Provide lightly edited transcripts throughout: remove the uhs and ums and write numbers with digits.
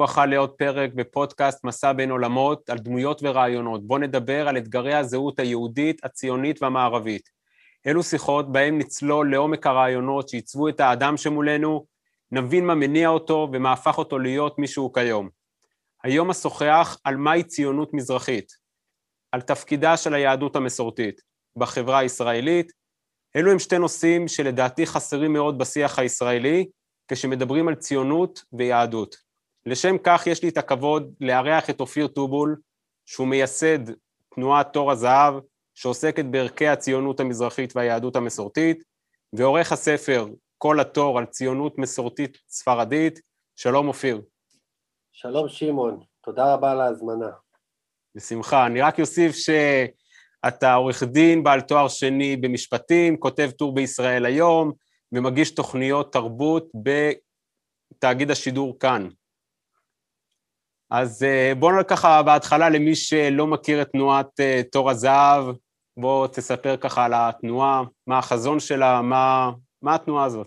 וברכה לעוד פרק בפודקאסט מסע בין עולמות על דמויות ורעיונות. בואו נדבר על אתגרי הזהות היהודית, הציונית והמערבית. אלו שיחות בהם נצלול לעומק הרעיונות שעיצבו את האדם שמולנו, נבין מה מניע אותו ומה הפך אותו להיות מישהו כיום. היום אשוחח על מהי ציונות מזרחית, על תפקידה של היהדות המסורתית בחברה הישראלית. אלו הם שתי נושאים שלדעתי חסרים מאוד בשיח הישראלי, כשמדברים על ציונות ויהדות. לשם כך יש לי את הכבוד לארח את אופיר טובול, שהוא מייסד תנועת תור הזהב, שעוסקת בערכי הציונות המזרחית והיהדות המסורתית, ועורך הספר כל התור על ציונות מסורתית ספרדית. שלום אופיר. שלום שמעון, תודה רבה על ההזמנה. בשמחה, אני רק אוסיף שאתה עורך דין בעל תואר שני במשפטים, כותב טור בישראל היום, ומגיש תוכניות תרבות בתאגיד השידור כאן. אז בואו נראה ככה בהתחלה למי שלא מכיר את תנועת תור הזהב, בואו תספר ככה על התנועה, מה החזון שלה, מה התנועה הזאת.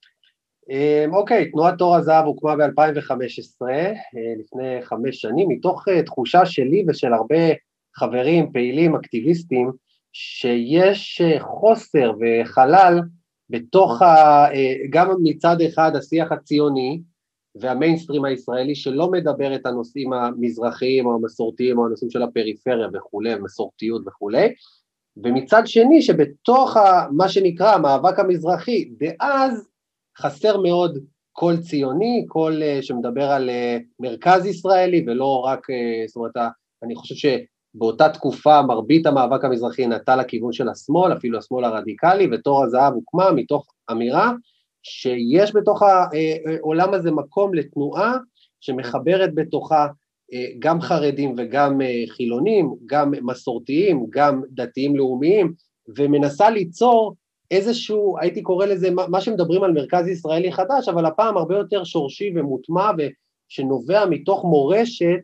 אוקיי, תנועת תור הזהב הוקמה ב-2015, לפני 5 שנים, מתוך תחושה שלי ושל הרבה חברים, פעילים, אקטיביסטים, שיש חוסר וחלל בתוך, גם מצד אחד השיח הציוני והמיינסטרים הישראלי שלא מדבר את הנושאים המזרחיים או המסורתיים או הנושאים של הפריפריה וכולי, מסורתיות וכולי, ומצד שני שבתוך מה שנקרא המאבק המזרחי, דאז חסר מאוד קול ציוני, קול שמדבר על מרכז ישראלי ולא רק, זאת אומרת, אני חושב שבאותה תקופה מרבית המאבק המזרחי נטה לכיוון של השמאל, אפילו השמאל הרדיקלי, ותור הזהב הוקמה מתוך אמירה שיש בתוך העולם הזה מקום לתנועה שמחברת בתוכה גם חרדים וגם חילונים, גם מסורתיים, גם דתיים לאומיים, ומנסה ליצור איזשהו, הייתי קורא לזה, מה שמדברים על מרכז ישראלי חדש, אבל הפעם הרבה יותר שורשי ומוטמע, ושנובע מתוך מורשת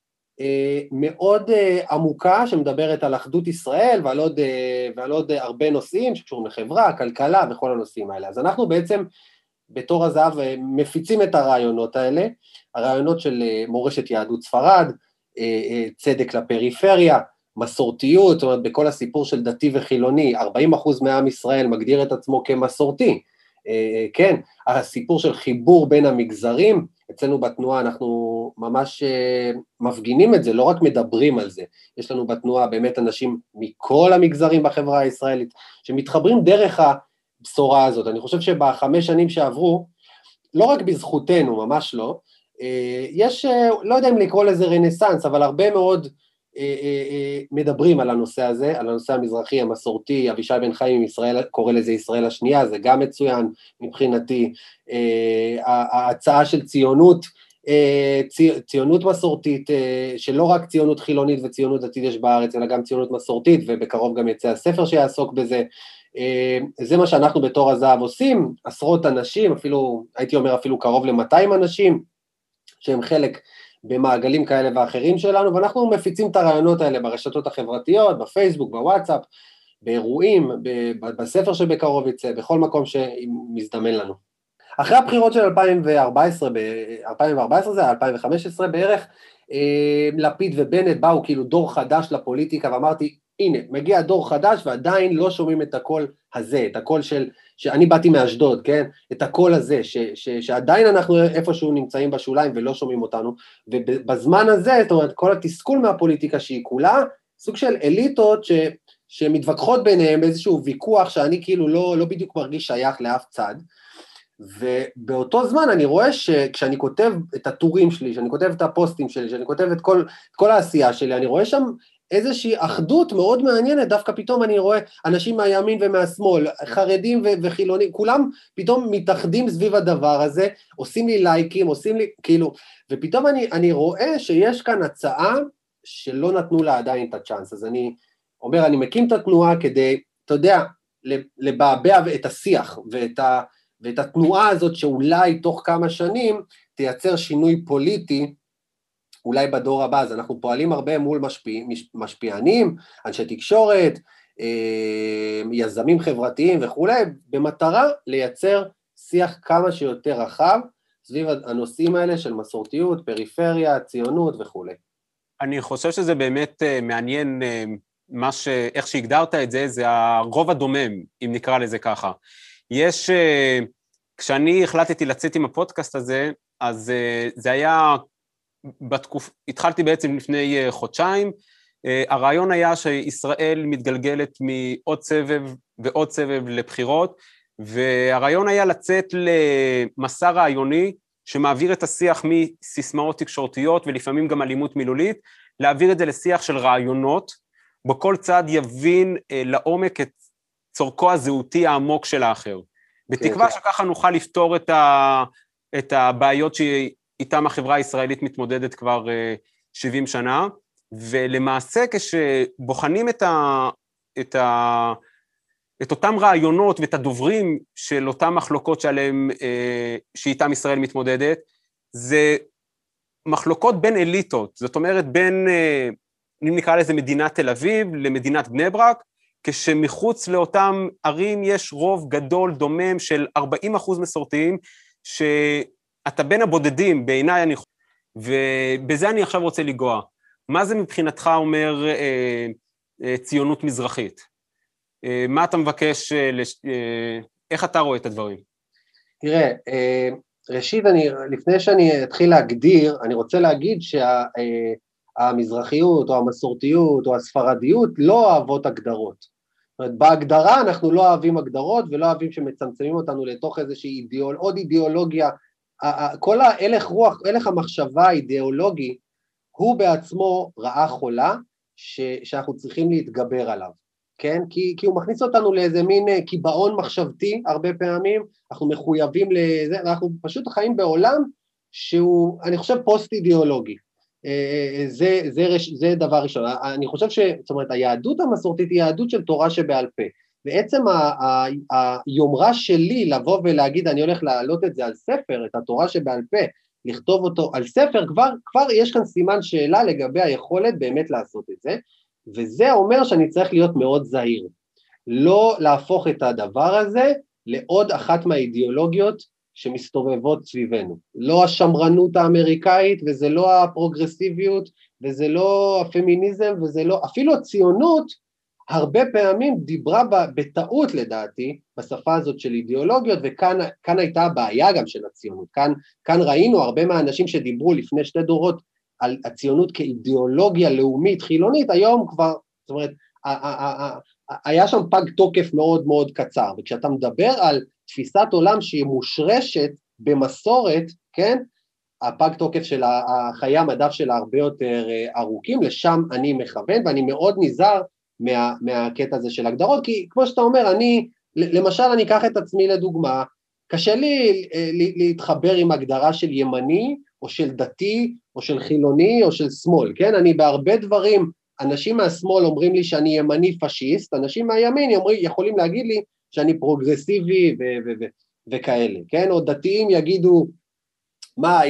מאוד עמוקה, שמדברת על אחדות ישראל, ועל עוד הרבה נושאים, שקשורים לחברה, כלכלה, וכל הנושאים האלה. אז אנחנו בעצם, בתור הזהב, מפיצים את הרעיונות האלה, הרעיונות של מורשת יהדות ספרד, צדק לפריפריה, מסורתיות, זאת אומרת, בכל הסיפור של דתי וחילוני, 40% מעם ישראל מגדיר את עצמו כמסורתי, כן, הסיפור של חיבור בין המגזרים, אצלנו בתנועה אנחנו ממש מפגינים את זה, לא רק מדברים על זה, יש לנו בתנועה באמת אנשים מכל המגזרים בחברה הישראלית, שמתחברים דרך הבשורה הזאת. אני חושב שב5 שנים שעברו, לא רק בזכותנו, ממש לא, יש, לא יודע אם לקרוא לזה רנסנס, אבל הרבה מאוד מדברים על הנושא הזה, על הנושא המזרחי, המסורתי. אבישי בן חיים מישראל קורא לזה ישראל השנייה, זה גם מצוין מבחינתי. ההצעה של ציונות מסורתית, שלא רק ציונות חילונית וציונות דתית יש בארץ, אלא גם ציונות מסורתית, ובקרוב גם יצא הספר שיעסוק בזה. זה מה שאנחנו בתור הזהב עושים, עשרות אנשים, אפילו, הייתי אומר אפילו קרוב ל200 אנשים, שהם חלק במעגלים כאלה ואחרים שלנו, ואנחנו מפיצים את הרעיונות האלה ברשתות החברתיות, בפייסבוק, בוואטסאפ, באירועים, בספר שבקרוב יצא, בכל מקום שמזדמן לנו. אחרי הבחירות של 2014, זה 2015 בערך, לפיד ובנט באו כאילו דור חדש לפוליטיקה, ואמרתי, הנה, מגיע דור חדש ועדיין לא שומעים את הקול הזה, את הקול שאני באתי מאשדוד, כן? את הקול הזה, שעדיין אנחנו איפשהו נמצאים בשוליים ולא שומעים אותנו, ובזמן הזה, זאת אומרת, כל התסכול מהפוליטיקה שהיא כולה, סוג של אליטות שמתווכחות ביניהם באיזשהו ויכוח שאני כאילו לא בדיוק מרגיש שייך לאף צד, ובאותו זמן אני רואה שכשאני כותב את הטורים שלי, שאני כותב את הפוסטים שלי, שאני כותב את כל העשייה שלי, אני רואה שם איזושהי אחדות מאוד מעניינת, דווקא פתאום אני רואה אנשים מהימין ומהשמאל, חרדים וחילונים, כולם פתאום מתאחדים סביב הדבר הזה, עושים לי לייקים, עושים לי, כאילו, ופתאום אני רואה שיש כאן הצעה שלא נתנו לה עדיין את הצ'אנס, אז אני אומר, אני מקים את התנועה כדי, אתה יודע, לבעבע את השיח ואת התנועה הזאת שאולי תוך כמה שנים תייצר שינוי פוליטי, אולי בדור הבא. אז אנחנו פועלים הרבה מול משפיענים, אנשי תקשורת, יזמים חברתיים וכו', במטרה לייצר שיח כמה שיותר רחב סביב הנושאים האלה של מסורתיות, פריפריה, ציונות וכו'. אני חושב שזה באמת מעניין, איך שהגדרת את זה, זה הרוב הדומם, אם נקרא לזה ככה. כשאני החלטתי לצאת עם הפודקאסט הזה, אז זה היה, התחלתי בעצם לפני חודשיים, הרעיון היה שישראל מתגלגלת מעוד סבב ועוד סבב לבחירות, והרעיון היה לצאת למסע רעיוני, שמעביר את השיח מסיסמאות תקשורתיות ולפעמים גם אלימות מילולית, להעביר את זה לשיח של רעיונות, בו כל צד יבין לעומק את צורכו הזהותי העמוק של האחר. בתקווה שככה נוכל לפתור את הבעיות שאיתם החברה הישראלית מתמודדת כבר 70 שנה, ולמעשה כשבוחנים את אותם רעיונות ואת הדוברים של אותם מחלוקות שאיתם ישראל מתמודדת, זה מחלוקות בין אליטות, זאת אומרת בין, אם נקרא לזה מדינת תל אביב למדינת בני ברק, כשמחוץ לאותם ערים יש רוב גדול דומם של 40% מסורתיים, שאתה בין הבודדים בעיניי, ובזה אני עכשיו רוצה לגוע. מה זה מבחינתך אומר ציונות מזרחית? מה אתה מבקש, איך אתה רואה את הדברים? תראה, ראשית, לפני שאני אתחיל להגדיר, אני רוצה להגיד שהמזרחיות או המסורתיות או הספרדיות לא אוהבות הגדרות. זאת אומרת, בהגדרה אנחנו לא אוהבים הגדרות ולא אוהבים שמצמצמים אותנו לתוך איזושהי עוד אידיאולוגיה. כל ההלך רוח, הלך המחשבה האידיאולוגי, הוא בעצמו רעה חולה שאנחנו צריכים להתגבר עליו. כן? כי הוא מכניס אותנו לאיזה מין קיבעון מחשבתי הרבה פעמים, אנחנו מחויבים לזה, אנחנו פשוט חיים בעולם שהוא, אני חושב, פוסט-אידיאולוגי. זה דבר ראשון. אני חושב זאת אומרת, היהדות המסורתית היא יהדות של תורה שבעל פה. בעצם היומרה שלי לבוא ולהגיד, אני הולך להעלות את זה על ספר, את התורה שבעל פה, לכתוב אותו על ספר, כבר יש כאן סימן שאלה לגבי היכולת באמת לעשות את זה, וזה אומר שאני צריך להיות מאוד זהיר, לא להפוך את הדבר הזה לעוד אחת מהאידיאולוגיות שמסתובבות סביבנו, לא השמרנות האמריקאית, וזה לא הפרוגרסיביות, וזה לא הפמיניזם, וזה לא, אפילו הציונות, הרבה פעמים דיברה בטעות לדעתי, בשפה הזאת של אידיאולוגיות, וכאן הייתה הבעיה גם של הציונות, כאן ראינו הרבה מהאנשים שדיברו לפני 2 דורות, על הציונות כאידיאולוגיה לאומית חילונית, היום כבר, זאת אומרת, היה שם פג תוקף מאוד מאוד קצר, וכשאתה מדבר על תפיסת עולם שהיא מושרשת במסורת, כן, הפג תוקף של החיי המדף שלה הרבה יותר ארוכים, לשם אני מכוון, ואני מאוד נזהר מהקטע הזה של הגדרות, כי כמו שאתה אומר, למשל אני אקח את עצמי לדוגמה, קשה לי להתחבר עם הגדרה של ימני, או של דתי, או של חילוני, או של שמאל, כן? אני בהרבה דברים, אנשים מהשמאל אומרים לי שאני ימני פשיסט, אנשים מהימין יכולים להגיד לי שאני פרוגרסיבי וכאלה, כן? או דתיים יגידו, מה,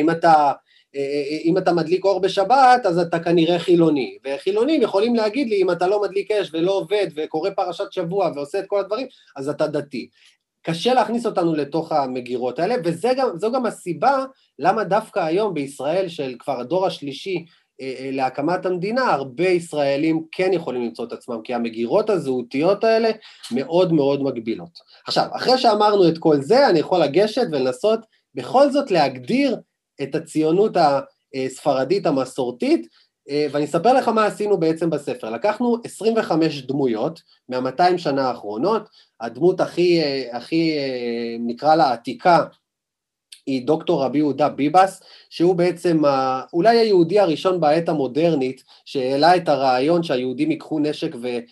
אם אתה מדליק אור בשבת, אז אתה כנראה חילוני, וחילונים יכולים להגיד לי, אם אתה לא מדליק אש ולא עובד, וקורא פרשת שבוע ועושה את כל הדברים, אז אתה דתי. קשה להכניס אותנו לתוך המגירות האלה, וזו גם הסיבה למה דווקא היום בישראל של כבר הדור השלישי להקמת המדינה, הרבה ישראלים כן יכולים למצוא את עצמם, כי המגירות הזהותיות האלה מאוד מאוד מגבילות. עכשיו, אחרי שאמרנו את כל זה, אני יכול לגשת ולנסות בכל זאת להגדיר את הציונות הספרדית המסורתית, ואני אספר לך מה עשינו בעצם בספר. לקחנו 25 דמויות מה-200 שנה האחרונות, הדמות הכי נקרא לה עתיקה, היא דוקטור רבי יהודה ביבס, שהוא בעצם אולי היהודי הראשון בעת המודרנית, שהעלה את הרעיון שהיהודים ייקחו נשק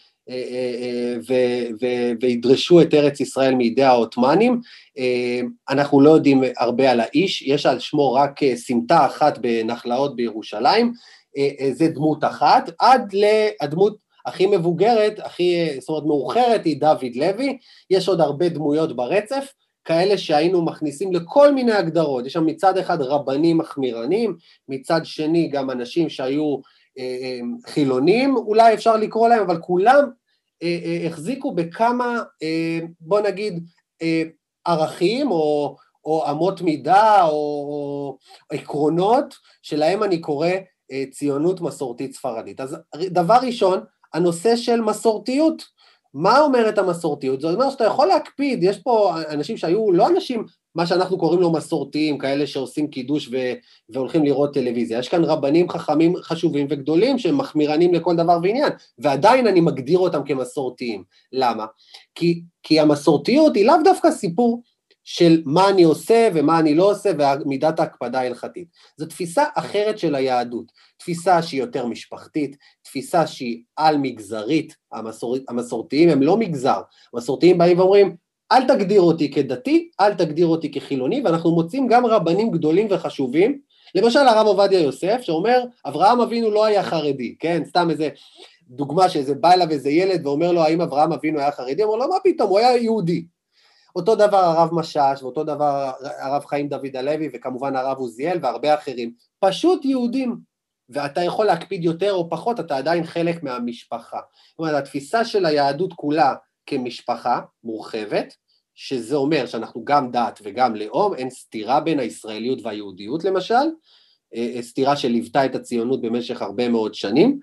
וידרשו את ארץ ישראל מידי העות'מאנים. אנחנו לא יודעים הרבה על האיש, יש על שמו רק סמטה אחת בנחלאות בירושלים, זה דמות אחת, עד לדמות הכי מבוגרת, זאת אומרת מאוחרת, היא דוד לוי. יש עוד הרבה דמויות ברצף, כאלה שהיינו מכניסים לכל מיני הגדרות, יש שם מצד אחד רבנים מחמירנים, מצד שני גם אנשים שהיו חילונים, אולי אפשר לקרוא להם, אבל כולם החזיקו בכמה, בוא נגיד, ערכים או אמות מידה, או עקרונות, שלהם אני קורא ציונות מסורתית ספרדית. אז דבר ראשון, הנושא של מסורתיות. מה אומרת המסורתיות? זאת אומרת שאתה יכול להקפיד, יש פה אנשים שהיו לא אנשים, מה שאנחנו קוראים לו מסורתיים, כאלה שעושים קידוש והולכים לראות טלוויזיה, יש כאן רבנים חכמים חשובים וגדולים, שהם מחמירנים לכל דבר ועניין, ועדיין אני מגדיר אותם כמסורתיים. למה? כי המסורתיות היא לאו דווקא סיפור של מה אני עושה ומה אני לא עושה, ומידת ההקפדה ההלכתית. זו תפיסה אחרת של היהדות, תפיסה שהיא יותר משפחתית, תפיסה שהיא על מגזרית. המסורתיים הם לא מגזר, המסורתיים באים ואומרים, אל תגדיר אותי כדתי, אל תגדיר אותי כחילוני, ואנחנו מוצאים גם רבנים גדולים וחשובים, למשל הרב עובדיה יוסף, שאומר, אברהם אבינו לא היה חרדי, כן, סתם איזה דוגמה שאיזה בא אליו איזה ילד, ואומר לו, האם אברהם אבינו היה חרדי? הוא אומר לו, מה פתאום, הוא היה יהודי. אותו דבר הרב משש, ואותו דבר הרב חיים דוד הלוי, וכמובן הרב עוזיאל והרבה אחרים, פשוט יהודים, ואתה יכול להקפיד יותר או פחות, אתה עדיין חלק מהמשפחה. זאת אומרת, התפיסה של היהדות כולה כמשפחה מורחבת, שזה אומר שאנחנו גם דת וגם לאום, אין סתירה בין הישראליות והיהודיות למשל, סתירה שליוותה את הציונות במשך הרבה מאוד שנים,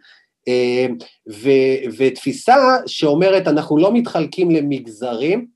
ותפיסה שאומרת אנחנו לא מתחלקים למגזרים,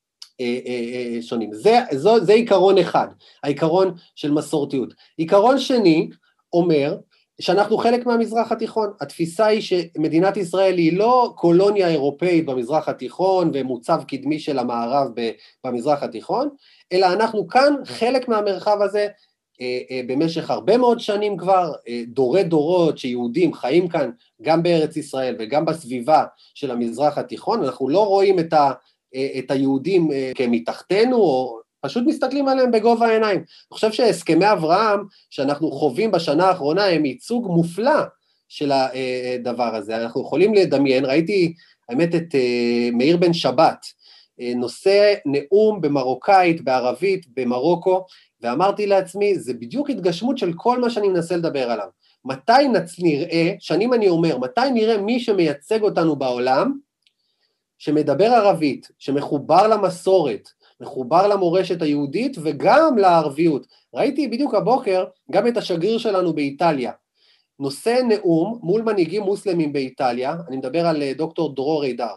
שונים. זה עיקרון אחד, העיקרון של מסורתיות. עיקרון שני אומר שאנחנו חלק מהמזרח התיכון. התפיסה היא שמדינת ישראל היא לא קולוניה אירופאית במזרח התיכון ומוצב קדמי של המערב במזרח התיכון, אלא אנחנו כאן חלק מהמרחב הזה במשך הרבה מאוד שנים כבר, דורי דורות שיהודים חיים כאן גם בארץ ישראל וגם בסביבה של המזרח התיכון. אנחנו לא רואים את היהודים כמתחתנו, או פשוט מסתכלים עליהם בגובה העיניים. אני חושב שהסכמי אברהם שאנחנו חווים בשנה האחרונה, הם ייצוג מופלא של הדבר הזה. אנחנו יכולים לדמיין, ראיתי, האמת, את מאיר בן שבת, נושא נאום במרוקאית, בערבית, במרוקו, ואמרתי לעצמי, זה בדיוק התגשמות של כל מה שאני מנסה לדבר עליו. מתי נראה, שנים אני אומר, מתי נראה מי שמייצג אותנו בעולם, שמדבר ערבית, שמחובר למסורת, מחובר למורשת היהודית וגם לערביות. ראיתי בדיוק הבוקר גם את השגריר שלנו באיטליה, נושא נאום מול מנהיגים מוסלמים באיטליה, אני מדבר על דוקטור דרור אידר,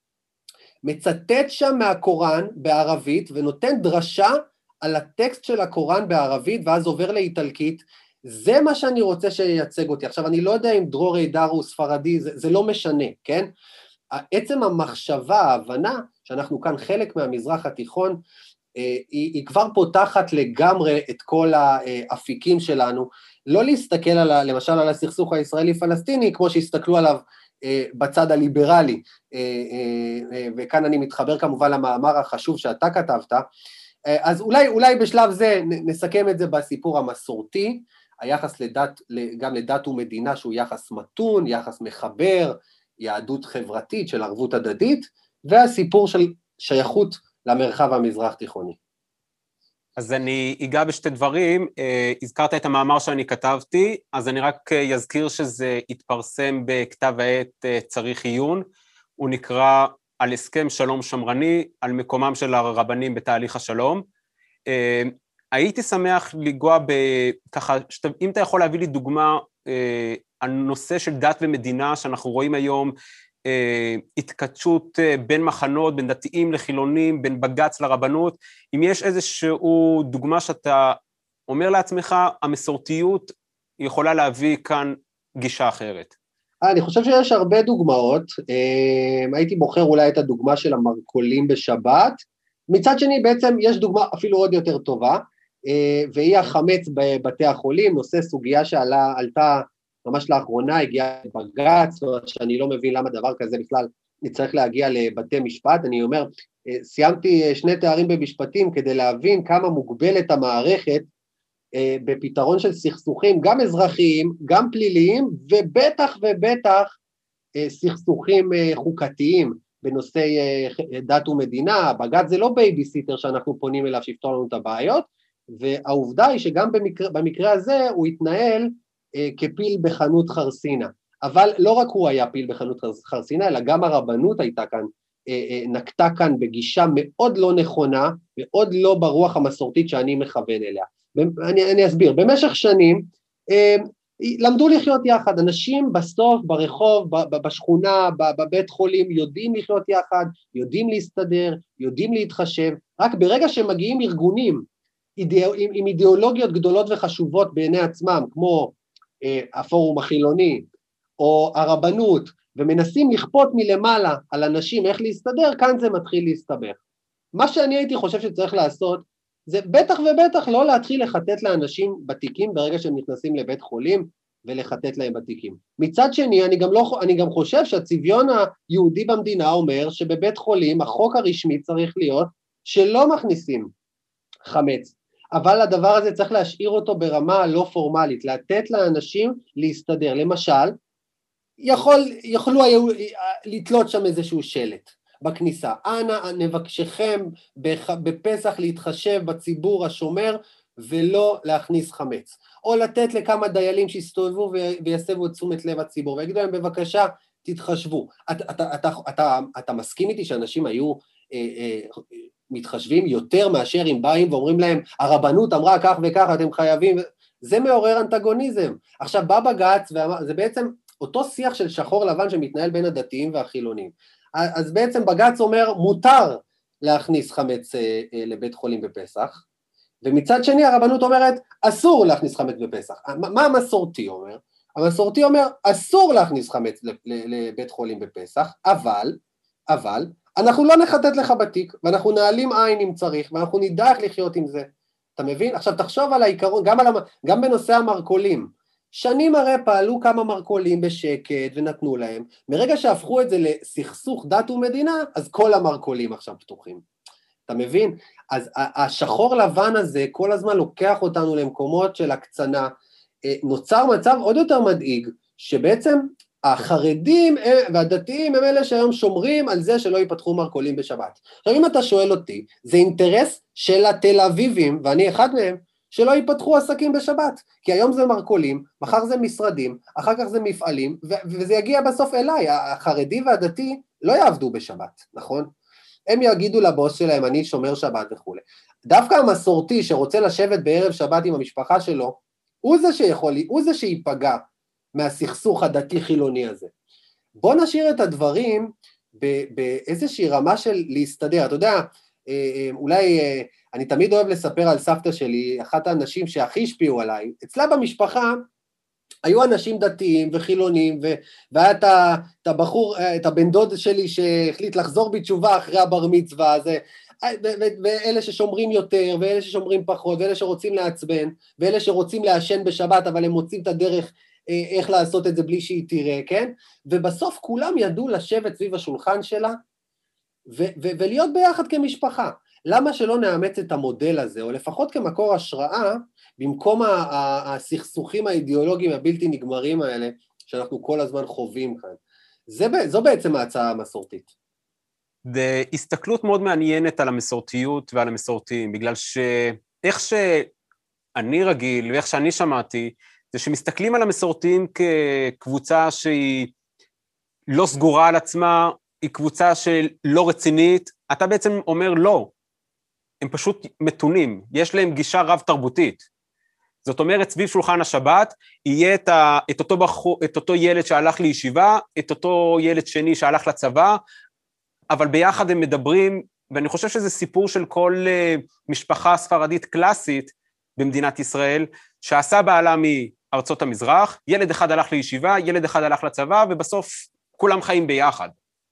מצטט שם מהקוראן בערבית ונותן דרשה על הטקסט של הקוראן בערבית ואז עובר לאיטלקית. זה מה שאני רוצה שייצג אותי. עכשיו אני לא יודע אם דרור אידר הוא ספרדי, זה לא משנה, כן? עצם המחשבה, ההבנה, שאנחנו כאן חלק מהמזרח התיכון, היא כבר פותחת לגמרי את כל האפיקים שלנו, לא להסתכל למשל על הסכסוך הישראלי-פלסטיני, כמו שהסתכלו עליו בצד הליברלי, וכאן אני מתחבר כמובן למאמר החשוב שאתה כתבת, אז אולי בשלב זה נסכם את זה בסיפור המסורתי, היחס גם לדת ומדינה שהוא יחס מתון, יחס מחבר, יהדות חברתית של ערבות הדדית, והסיפור של שייכות למרחב המזרח תיכוני. אז אני אגע בשתי דברים, הזכרת את המאמר שאני כתבתי, אז אני רק אזכיר שזה התפרסם בכתב העת צריך עיון, הוא נקרא על הסכם שלום שמרני, על מקומם של הרבנים בתהליך השלום. הייתי שמח לגוע בככה, אם אתה יכול להביא לי דוגמה, הנושא של דת ומדינה שאנחנו רואים היום, התכתשות בין מחנות, בין דתיים לחילונים, בין בג"ץ לרבנות, אם יש איזשהו דוגמה שאתה אומר לעצמך, המסורתיות יכולה להביא כאן גישה אחרת. אני חושב שיש הרבה דוגמאות, הייתי בוחר אולי את הדוגמה של המרכולים בשבת, מצד שני בעצם יש דוגמה אפילו עוד יותר טובה, והיא החמץ בבתי החולים, נושא סוגיה עלתה ממש לאחרונה, הגיעה לבג"ץ, שאני לא מבין למה דבר כזה בכלל נצטרך להגיע לבתי משפט. אני אומר, סיימתי 2 תארים במשפטים כדי להבין כמה מוגבלת המערכת בפתרון של סכסוכים, גם אזרחיים, גם פליליים, ובטח סכסוכים חוקתיים בנושאי דת ומדינה. בג"ץ זה לא בייביסיטר שאנחנו פונים אליו שיפתור לנו את הבעיות, והעובדה היא שגם במקרה הזה הוא התנהל כפיל בחנות חרסינה, אבל לא רק הוא היה פיל בחנות חרסינה, אלא גם הרבנות הייתה כאן נקטה כאן בגישה מאוד לא נכונה, מאוד לא ברוח המסורתית שאני מכוון אליה. אני אסביר, במשך שנים, למדו לחיות יחד, אנשים בסוף, ברחוב, בשכונה, בבית חולים, יודעים לחיות יחד, יודעים להסתדר, יודעים להתחשב, רק ברגע שמגיעים ארגונים, עם אידיאולוגיות גדולות וחשובות בעיני עצמם, כמו הפורום החילוני, או הרבנות, ומנסים לכפות מלמעלה על אנשים איך להסתדר, כאן זה מתחיל להסתבך. מה שאני הייתי חושב שצריך לעשות, זה בטח ובטח לא להתחיל לחטט לאנשים בתיקים ברגע שהם נכנסים לבית חולים, ולחטט להם בתיקים. מצד שני, אני גם חושב שהצביון היהודי במדינה אומר שבבית חולים החוק הרשמי צריך להיות שלא מכניסים חמץ, אבל הדבר הזה צריך להשאיר אותו ברמה לא פורמלית, לתת לאנשים להסתדר. למשל, יכלו לתלות שם איזשהו שלט בכניסה, אנא נבקשכם בפסח להתחשב בציבור השומר ולא להכניס חמץ, או לתת לכמה דיילים שיסתובבו ויסבו את תשומת לב הציבור, ויגידו להם בבקשה תתחשבו. אתה מסכים איתי שאנשים היו מתחשבים יותר מאשר אם באים ואומרים להם הרבנות אמרה כך וכך אתם חייבים, זה מעורר אנטגוניזם. עכשיו בא בג"ץ, זה בעצם אותו שיח של שחור לבן שמתנהל בין הדתיים והחילונים, אז בעצם בג"ץ אומר מותר להכניס חמץ לבית חולים בפסח, ומצד שני הרבנות אומרת אסור להכניס חמץ בפסח. מה המסורתי אומר? המסורתי אומר אסור להכניס חמץ לבית חולים בפסח, אבל אנחנו לא נחטט לך בתיק, ואנחנו נעלים עין אם צריך, ואנחנו נדע איך לחיות עם זה. אתה מבין? עכשיו תחשוב על העיקרון, גם בנושא המרקולים, שנים הרי פעלו כמה מרקולים בשקט ונתנו להם, מרגע שהפכו את זה לסכסוך דת ומדינה, אז כל המרקולים עכשיו פתוחים. אתה מבין? אז השחור לבן הזה כל הזמן לוקח אותנו למקומות של הקצנה, נוצר מצב עוד יותר מדאיג, שבעצם החרדים והדתיים הם אלה שהיום שומרים על זה שלא ייפתחו מרקולים בשבת. עכשיו אם אתה שואל אותי, זה אינטרס של התל אביבים, ואני אחד מהם, שלא ייפתחו עסקים בשבת, כי היום זה מרקולים, מחר זה משרדים, אחר כך זה מפעלים, וזה יגיע בסוף אליי, החרדי והדתי לא יעבדו בשבת, נכון? הם יגידו לבוס שלהם, אני שומר שבת וכו'. דווקא המסורתי שרוצה לשבת בערב שבת עם המשפחה שלו, הוא זה שיפגע מהסכסוך הדתי חילוני הזה. בוא נשאיר את הדברים באיזושהי רמה של להסתדר, אתה יודע, אולי אני תמיד אוהב לספר על סבתא שלי, אחת האנשים שהכי השפיעו עליי, אצלה במשפחה היו אנשים דתיים וחילונים, והיה את הבן דוד שלי שהחליט לחזור בתשובה אחרי הבר מצווה, ואלה ששומרים יותר, ואלה ששומרים פחות, ואלה שרוצים לעצבן, ואלה שרוצים לעשן בשבת, אבל הם מוצאים את הדרך איך לעשות את זה בלי שהיא תראה, כן? ובסוף כולם ידעו לשבת סביב השולחן שלה, ולהיות ביחד כמשפחה. למה שלא נאמץ את המודל הזה, או לפחות כמקור השראה, במקום הסכסוכים האידיאולוגיים הבלתי נגמרים האלה, שאנחנו כל הזמן חווים כאן. זו בעצם ההצעה המסורתית. זה הסתכלות מאוד מעניינת על המסורתיות ועל המסורתיים, בגלל שאיך שאני רגיל, ואיך שאני שמעתי, זה שמסתכלים על המסורתיים כקבוצה שהיא לא סגורה על עצמה, היא קבוצה שלא רצינית, אתה בעצם אומר לא, הם פשוט מתונים, יש להם גישה רב תרבותית. זאת אומרת, סביב שולחן השבת, יהיה את אותו ילד שהלך לישיבה, את אותו ילד שני שהלך לצבא, אבל ביחד הם מדברים, ואני חושב שזה סיפור של כל משפחה ספרדית קלאסית במדינת ישראל, שהסבא עלה מארצות המזרח, ילד אחד הלך לישיבה, ילד אחד הלך לצבא, ובסוף כולם חיים ביחד.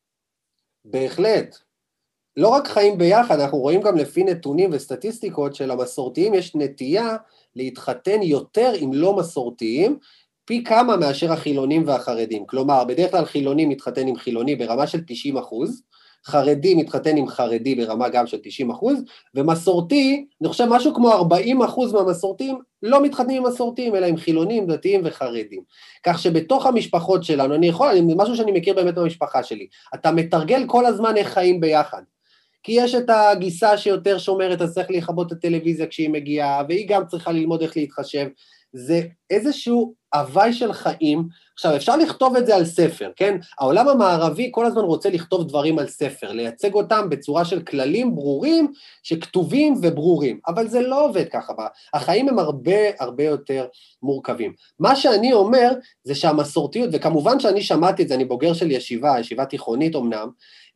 בהחלט. לא רק חיים ביחד, אנחנו רואים גם לפי נתונים וסטטיסטיקות של המסורתיים, יש נטייה להתחתן יותר עם לא מסורתיים, פי כמה מאשר החילונים והחרדים. כלומר, בדרך כלל חילוני מתחתן עם חילוני ברמה של 90%, חרדי מתחתן עם חרדי ברמה גם של 90%, ומסורתי, אני חושב משהו כמו 40% מהמסורתיים, לא מתחתנים עם מסורתיים, אלא עם חילונים, דתיים וחרדים. כך שבתוך המשפחות שלנו, משהו שאני מכיר באמת במשפחה שלי, אתה מתרגל כל הזמן איך חיים ביחד. כי יש את הגיסה שיותר שומרת, אז צריך להיכבות את הטלוויזיה כשהיא מגיעה, והיא גם צריכה ללמוד איך להתחשב, זה איזשהו הוואי של חיים. עכשיו, אפשר לכתוב את זה על ספר, כן? העולם המערבי כל הזמן רוצה לכתוב דברים על ספר, לייצג אותם בצורה של כללים ברורים, שכתובים וברורים, אבל זה לא עובד ככה, החיים הם הרבה יותר מורכבים. מה שאני אומר, זה שהמסורתיות, וכמובן שאני שמעתי את זה, אני בוגר של ישיבה תיכונית אמנם,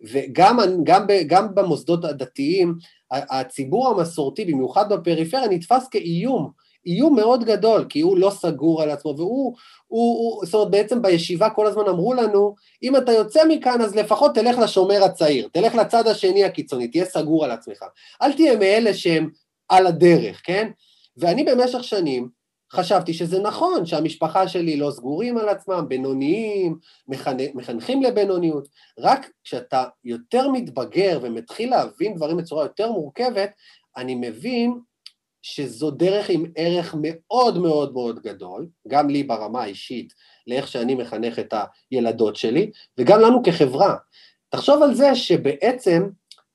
וגם במוסדות הדתיים, הציבור המסורתי, במיוחד בפריפריה, נתפס איום מאוד גדול, כי הוא לא סגור על עצמו, זאת אומרת, בעצם בישיבה כל הזמן אמרו לנו, אם אתה יוצא מכאן, אז לפחות תלך לשומר הצעיר, תלך לצד השני הקיצוני, תהיה סגור על עצמך, אל תהיה מאלה שהם על הדרך, כן? ואני במשך שנים חשבתי שזה נכון, שהמשפחה שלי לא סגורים על עצמם, בינוניים, מחנכים לבינוניות, רק כשאתה יותר מתבגר ומתחיל להבין דברים בצורה יותר מורכבת, אני מבין שזו דרך עם ערך מאוד מאוד מאוד גדול, גם לי ברמה האישית, לאיך שאני מחנך את הילדות שלי, וגם לנו כחברה. תחשוב על זה שבעצם,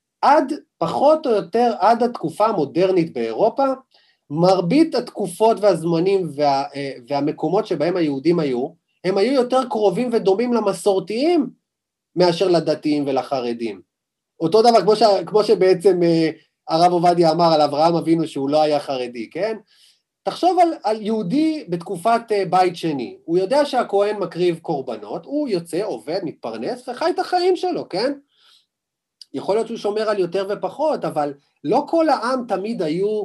פחות או יותר, עד התקופה המודרנית באירופה, מרבית התקופות והזמנים והמקומות שבהם היהודים היו, הם היו יותר קרובים ודומים למסורתיים, מאשר לדתיים ולחרדים. אותו דבר, כמו שבעצם הרב עובדיה אמר על אברהם אבינו שהוא לא היה חרדי, כן? תחשוב על יהודי בתקופת בית שני, הוא יודע שהכהן מקריב קורבנות, הוא יוצא, עובד, מתפרנס וחי את החיים שלו, כן? יכול להיות שהוא שומר על יותר ופחות, אבל לא כל העם תמיד היו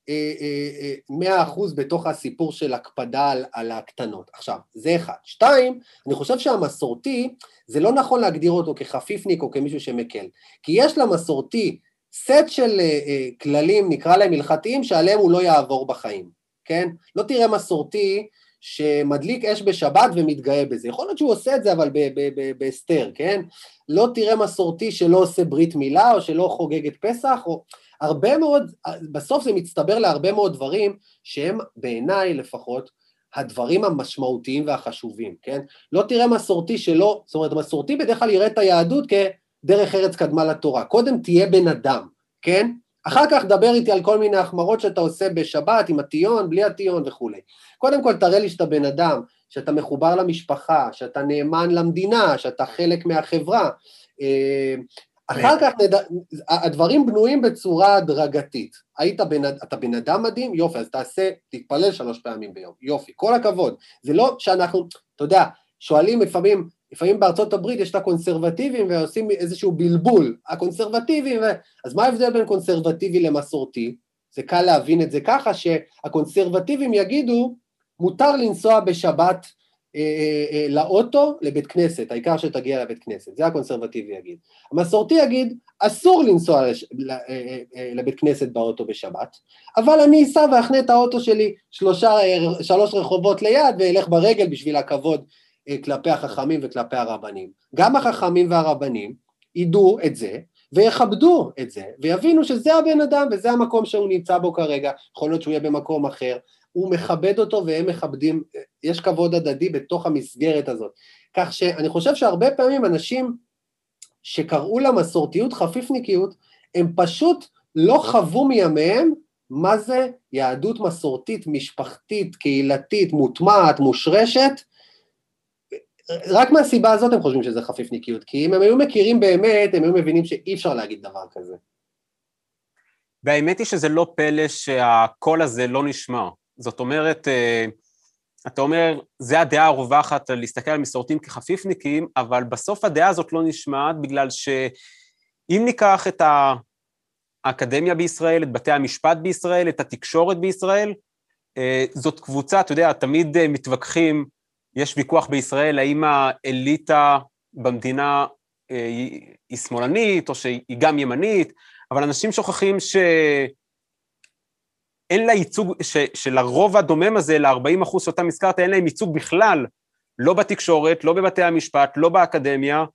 100% בתוך הסיפור של הקפדה על הקטנות. עכשיו, זה אחד. 2, אני חושב שהמסורתי, זה לא נכון להגדיר אותו כחפיפניק או כמישהו שמקל, כי יש למסורתי סט של כללים, נקרא להם הלכתיים, שעליהם הוא לא יעבור בחיים, כן? לא תראה מסורתי שמדליק אש בשבת ומתגאה בזה, יכול להיות שהוא עושה את זה אבל בהסתר, כן? לא תראה מסורתי שלא עושה ברית מילה או שלא חוגג את פסח, או הרבה מאוד, בסוף זה מצטבר להרבה מאוד דברים שהם בעיניי לפחות הדברים המשמעותיים והחשובים, כן? לא תראה מסורתי שלא, זאת אומרת מסורתי בדרך כלל יראה את היהדות כדרך ארץ קדמה לתורה, קודם תהיה בן אדם, כן? אחר כך דבר איתי על כל מיני החמרות שאתה עושה בשבת, עם הטיון, בלי הטיון וכו'. קודם כל תראה לי שאתה בן אדם, שאתה מחובר למשפחה, שאתה נאמן למדינה, שאתה חלק מהחברה. אחר כך הדברים בנויים בצורה הדרגתית. אתה בן אדם מדהים? יופי, אז תתפלל 3 פעמים ביום. יופי, כל הכבוד. זה לא שאנחנו, אתה יודע, שואלים לפעמים בארצות הברית יש את הקונסרבטיבים ועושים איזשהו בלבול, הקונסרבטיבים, אז מה ההבדל בין קונסרבטיבי למסורתי? זה קל להבין את זה ככה, שהקונסרבטיבים יגידו, מותר לנסוע בשבת לאוטו לבית כנסת, העיקר שתגיע לבית כנסת, זה הקונסרבטיבי יגיד. המסורתי יגיד, אסור לנסוע לבית כנסת באוטו בשבת, אבל אני אסע ואחנה את האוטו שלי 3 רחובות ליד, ואלך ברגל בשביל הכבוד כלפי החכמים וכלפי הרבנים. גם החכמים והרבנים ידעו את זה, ויכבדו את זה, ויבינו שזה הבן אדם, וזה המקום שהוא נמצא בו כרגע, יכול להיות שהוא יהיה במקום אחר, הוא מכבד אותו והם מכבדים, יש כבוד הדדי בתוך המסגרת הזאת. כך שאני חושב שהרבה פעמים אנשים שקראו למסורתיות חפיפניקיות, הם פשוט לא חוו מימיהם מה זה יהדות מסורתית, משפחתית, קהילתית, מוטמעת, מושרשת, רק מהסיבה הזאת הם חושבים שזה חפיפניקיות, כי אם הם היו מכירים באמת, הם היו מבינים שאי אפשר להגיד דבר כזה. והאמת היא שזה לא פלא שהקול הזה לא נשמע. זאת אומרת, אתה אומר, זה הדעה הרווחת להסתכל על מסורתיים כחפיפניקים, אבל בסוף הדעה הזאת לא נשמעת, בגלל שאם ניקח את האקדמיה בישראל, את בתי המשפט בישראל, את התקשורת בישראל, זאת קבוצה, אתה יודע, תמיד מתווכחים, יש ויכוח בישראל, האם האליטה במדינה היא שמאלנית, או שהיא גם ימנית, אבל אנשים שוכחים אין לה ייצוג, שלרוב הדומם הזה, ל-40% שאותם הזכרת, אין להם ייצוג בכלל, לא בתקשורת, לא בבתי המשפט, לא באקדמיה,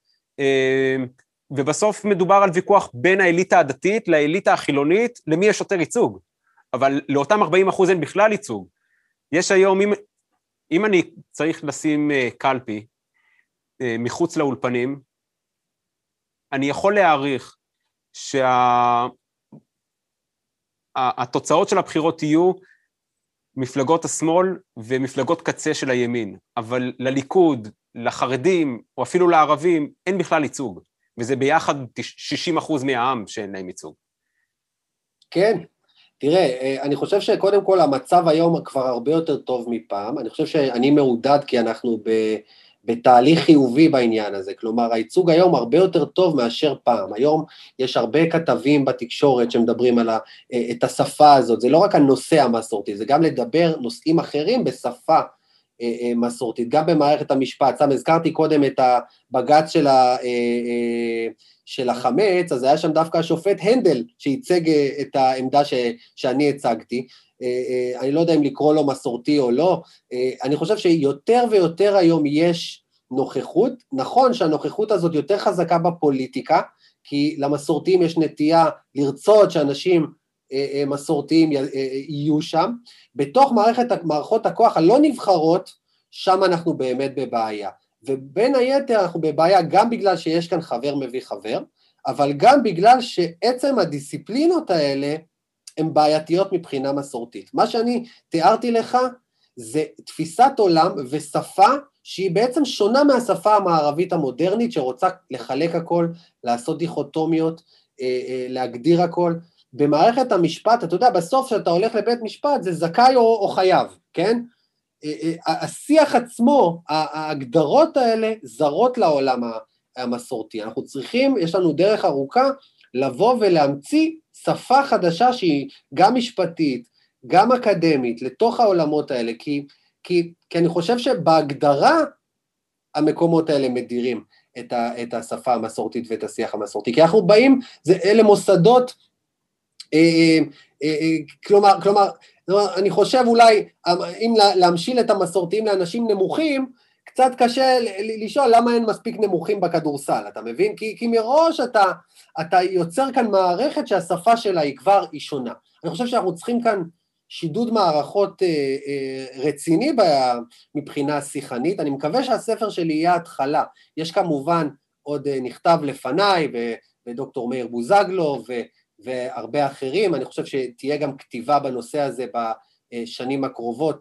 ובסוף מדובר על ויכוח בין האליטה הדתית לאליטה החילונית, למי יש יותר ייצוג, אבל לאותם 40% אין בכלל ייצוג. יש היום, אם אני צריך לשים קלפי מחוץ לאולפנים, אני יכול להעריך שהתוצאות של הבחירות יהיו מפלגות השמאל ומפלגות קצה של הימין, אבל לליכוד, לחרדים, או אפילו לערבים, אין בכלל ייצוג, וזה ביחד 60% מהעם שאין להם ייצוג. כן, תראה, אני חושב שקודם כל המצב היום כבר הרבה יותר טוב מפעם, אני חושב שאני מעודד כי אנחנו בתהליך חיובי בעניין הזה, כלומר הייצוג היום הרבה יותר טוב מאשר פעם, היום יש הרבה כתבים בתקשורת שמדברים על את השפה הזאת, זה לא רק הנושא המסורתי, זה גם לדבר נושאים אחרים בשפה מסורתית, גם במערכת המשפט, הזכרתי קודם את הבג"ץ של החמץ, אז היה שם דווקא השופט הנדל שייצג את העמדה שאני הצגתי, אני לא יודע אם לקרוא לו מסורתי או לא, אני חושב שיותר ויותר היום יש נוכחות, נכון שהנוכחות הזאת יותר חזקה בפוליטיקה, כי למסורתיים יש נטייה לרצות שאנשים מסורתיים יהיו שם, בתוך מערכות הכוח הלא נבחרות, שם אנחנו באמת בבעיה, ובין היתר אנחנו בבעיה גם בגלל שיש כאן חבר מביא חבר, אבל גם בגלל שעצם הדיסציפלינות האלה, הן בעייתיות מבחינה מסורתית. מה שאני תיארתי לך, זה תפיסת עולם ושפה, שהיא בעצם שונה מהשפה המערבית המודרנית, שרוצה לחלק הכל, לעשות דיכוטומיות, להגדיר הכל. במערכת המשפט, אתה יודע, בסוף שאתה הולך לבית משפט, זה זכאי או חייב, כן? השיח עצמו, ההגדרות האלה, זרות לעולם המסורתי. אנחנו צריכים, יש לנו דרך ארוכה, לבוא ולהמציא שפה חדשה שהיא גם משפטית, גם אקדמית, לתוך העולמות האלה, כי אני חושב שבהגדרה המקומות האלה מדירים את השפה המסורתית ואת השיח המסורתי, כי אנחנו באים, אלה מוסדות, כלומר, אני חושב אולי, אם להמשיל את המסורתיים לאנשים נמוכים, קצת קשה לשאול למה אין מספיק נמוכים בכדורסל, אתה מבין? כי מראש אתה יוצר כאן מערכת שהשפה שלה היא כבר שונה. אני חושב שאנחנו צריכים כאן שידוד מערכות רציני מבחינה שיחנית, אני מקווה שהספר שלי יהיה התחלה, יש כמובן עוד נכתב לפניי, ודוקטור מאיר בוזגלו, והרבה אחרים, אני חושב שתהיה גם כתיבה בנושא הזה בשנים הקרובות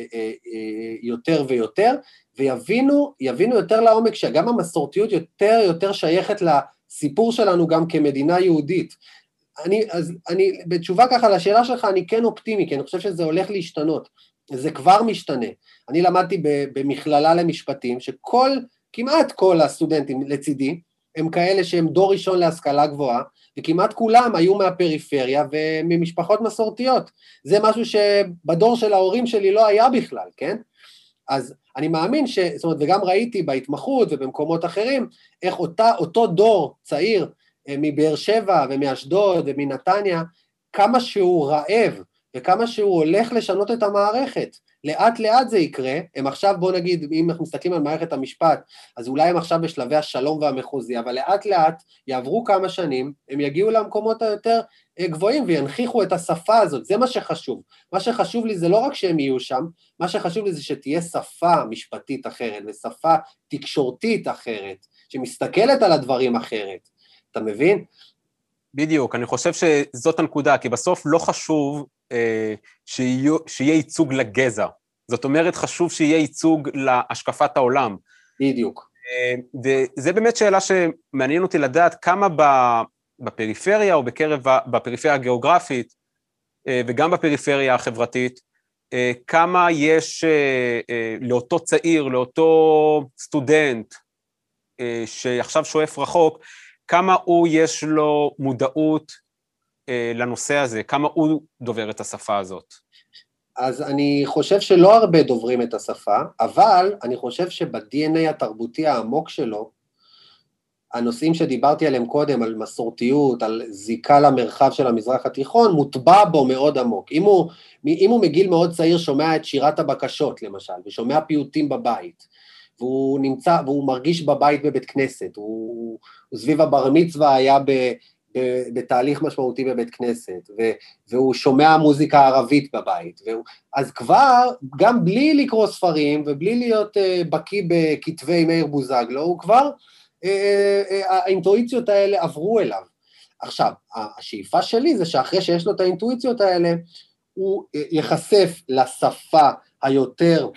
יותר ויותר, ויבינו יותר לעומק שגם המסורתיות יותר שייכת לסיפור שלנו גם כמדינה יהודית. אני בתשובה ככה לשאלה שלך, אני כן אופטימי, כי אני חושב שזה הולך להשתנות, זה כבר משתנה. אני למדתי במכללה למשפטים, כמעט כל הסטודנטים לצידי, הם כאלה שהם דור ראשון להשכלה גבוהה, וכמעט כולם היו מהפריפריה וממשפחות מסורתיות. זה משהו שבדור של ההורים שלי לא היה בכלל, כן? אז אני מאמין זאת אומרת, וגם ראיתי בהתמחות ובמקומות אחרים, איך אותו דור צעיר מבאר שבע ומאשדוד ומנתניה, כמה שהוא רעב וכמה שהוא הולך לשנות את המערכת. לאט לאט זה יקרה, הם עכשיו, בוא נגיד, אם אנחנו מסתכלים על מערכת המשפט, אז אולי הם עכשיו בשלבי השלום והמחוזי, אבל לאט לאט יעברו כמה שנים, הם יגיעו למקומות היותר גבוהים וינכיחו את השפה הזאת, זה מה שחשוב. מה שחשוב לי זה לא רק שהם יהיו שם, מה שחשוב לי זה שתהיה שפה משפטית אחרת, ושפה תקשורתית אחרת, שמסתכלת על הדברים אחרת. אתה מבין? בדיוק, אני חושב שזאת הנקודה, כי בסוף לא חשוב שיהיה ייצוג לגזע. זאת אומרת, חשוב שיהיה ייצוג להשקפת העולם. בדיוק. וזה באמת שאלה שמעניין אותי לדעת כמה בפריפריה או בפריפריה הגיאוגרפית, וגם בפריפריה החברתית, כמה יש לאותו צעיר, לאותו סטודנט, שעכשיו שואף רחוק, כמה יש לו מודעות לנושא הזה, כמה הוא דובר את השפה הזאת. אז אני חושב שלא הרבה דוברים את השפה, אבל אני חושב שב-DNA התרבותי העמוק שלו, הנושאים שדיברתי עליהם קודם, על מסורתיות, על זיקה למרחב של המזרח התיכון, מוטבע בו מאוד עמוק. אם הוא מגיל מאוד צעיר שומע את שירת הבקשות, למשל, ושומע פיוטים בבית, והוא מרגיש בבית בבית כנסת, הוא סביב הבר מצווה היה בתהליך משמעותי בבית כנסת, והוא שומע מוזיקה ערבית בבית, אז כבר, גם בלי לקרוא ספרים, ובלי להיות בקיא בכתבי מאיר בוזגלו, הוא כבר, האינטואיציות האלה עברו אליו. עכשיו, השאיפה שלי זה שאחרי שיש לו את האינטואיציות האלה, הוא יחשף לשפה היותר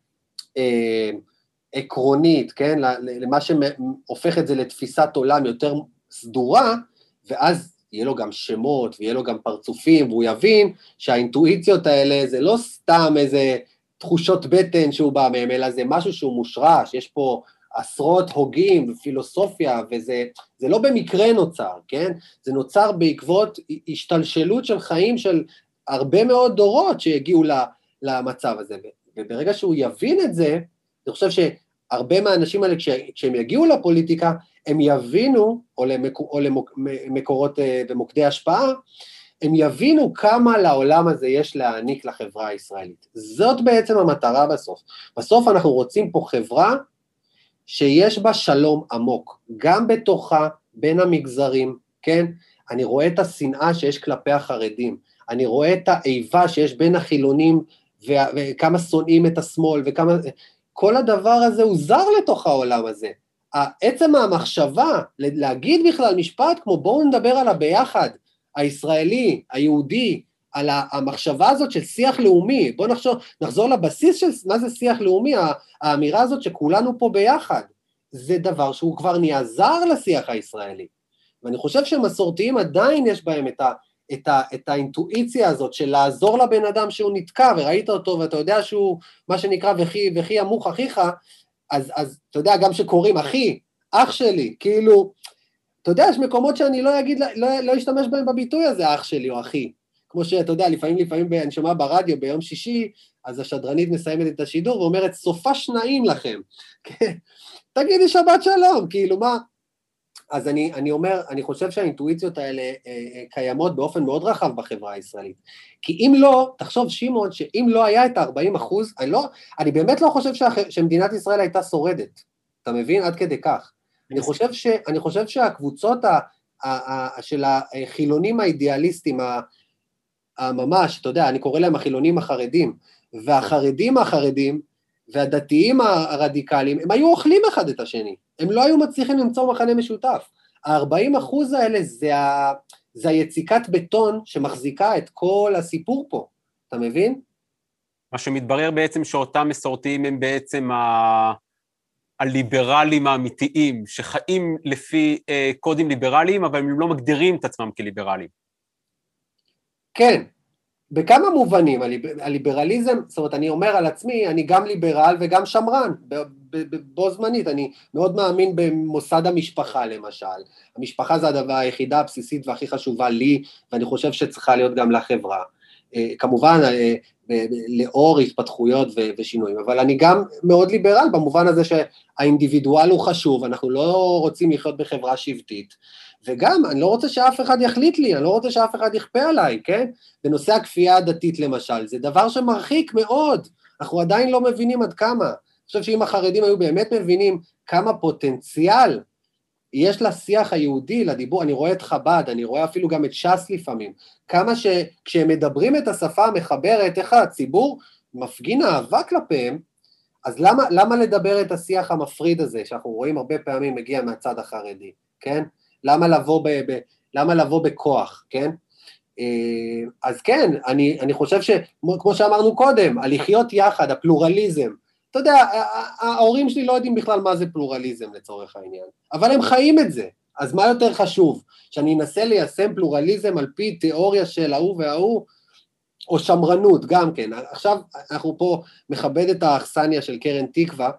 עקרונית, כן? למה שהופך את זה לתפיסת עולם יותר סדורה, ואז יהיה לו גם שמות, ויהיה לו גם פרצופים, והוא יבין שהאינטואיציות האלה זה לא סתם איזה תחושות בטן שהוא בא מהם, אלא זה משהו שהוא מושרש, יש פה עשרות הוגים ופילוסופיה, וזה לא במקרה נוצר, כן? זה נוצר בעקבות השתלשלות של חיים של הרבה מאוד דורות שהגיעו למצב הזה, וברגע שהוא יבין את זה, אני חושב שהרבה מהאנשים האלה, כשהם יגיעו לפוליטיקה, הם יבינו, או למקורות ומוקדי השפעה, הם יבינו כמה לעולם הזה יש להעניק לחברה הישראלית. זאת בעצם המטרה בסוף. בסוף אנחנו רוצים פה חברה שיש בה שלום עמוק, גם בתוכה, בין המגזרים, כן? אני רואה את השנאה שיש כלפי החרדים, אני רואה את האיבה שיש בין החילונים, וכמה שונאים את השמאל, וכמה... כל הדבר הזה הוא זר לתוך העולם הזה. עצם המחשבה, להגיד בכלל משפט כמו בואו נדבר על הביחד, הישראלי, היהודי, על המחשבה הזאת של שיח לאומי, בואו נחזור לבסיס של מה זה שיח לאומי, האמירה הזאת שכולנו פה ביחד, זה דבר שהוא כבר נהיה זר לשיח הישראלי, ואני חושב שמסורתיים עדיין יש בהם את האינטואיציה הזאת של לעזור לבן אדם שהוא נתקע, וראית אותו ואתה יודע שהוא מה שנקרא וכי ימוך אחיך, אז אתה יודע גם שקוראים אחי, אח שלי, כאילו, אתה יודע, יש מקומות שאני לא אשתמש בהם בביטוי הזה, אח שלי או אחי, כמו שאתה יודע, לפעמים אני שומע ברדיו ביום שישי, אז השדרנית מסיימת את השידור ואומרת, סופה שניים לכם, תגידי שבת שלום, כאילו מה, אז אני אומר, אני חושב שהאינטואיציות האלה קיימות באופן מאוד רחב בחברה הישראלית, כי אם לא, תחשוב שמעון, שאם לא היה את ה-40%, אני באמת לא חושב שמדינת ישראל הייתה שורדת, אתה מבין? עד כדי כך. אני חושב שהקבוצות של החילונים האידיאליסטים, הממש, אתה יודע, אני קורא להם החילונים החרדים, והחרדים והדתיים הרדיקליים, הם היו אוכלים אחד את השני, הם לא היו מצליחים למצוא מחנה משותף. ה-40% האלה זה היציקת בטון שמחזיקה את כל הסיפור פה, אתה מבין? מה שמתברר בעצם שאותם מסורתיים הם בעצם הליברלים האמיתיים, שחיים לפי קודים ליברליים, אבל הם לא מגדירים את עצמם כליברליים. כן, בכמה מובנים, הליברליזם, זאת אומרת, אני אומר על עצמי, אני גם ליברל וגם שמרן, בו זמנית, אני מאוד מאמין במוסד המשפחה למשל, המשפחה זה הדבר היחידה הבסיסית והכי חשובה לי, ואני חושב שצריכה להיות גם לחברה, כמובן לאור התפתחויות ושינויים, אבל אני גם מאוד ליברל במובן הזה שהאינדיבידואל הוא חשוב, אנחנו לא רוצים לחיות בחברה שבטית, וגם אני לא רוצה שאף אחד יחליט לי, אני לא רוצה שאף אחד יכפה עליי, כן? בנושא הכפייה הדתית למשל, זה דבר שמרחיק מאוד, אנחנו עדיין לא מבינים עד כמה, אני חושב שאם החרדים היו באמת מבינים כמה פוטנציאל יש לשיח היהודי, לדיבור, אני רואה את חב"ד, אני רואה אפילו גם את ש"ס לפעמים, כמה שכשהם מדברים את השפה המחברת, איך הציבור מפגין אהבה כלפיהם, אז למה לדבר את השיח המפריד הזה, שאנחנו רואים הרבה פעמים מגיע מהצד החרדי, כן? למה לבוא בכוח, כן? אז כן, אני חושב שכמו שאמרנו קודם, הלחיות יחד, הפלורליזם, אתה יודע, ההורים שלי לא יודעים בכלל מה זה פלורליזם לצורך העניין, אבל הם חיים את זה, אז מה יותר חשוב? שאני אנסה ליישם פלורליזם על פי תיאוריה של ההוא וההוא, או שמרנות גם כן, עכשיו אנחנו פה מכבד את האכסניה של קרן תקווה,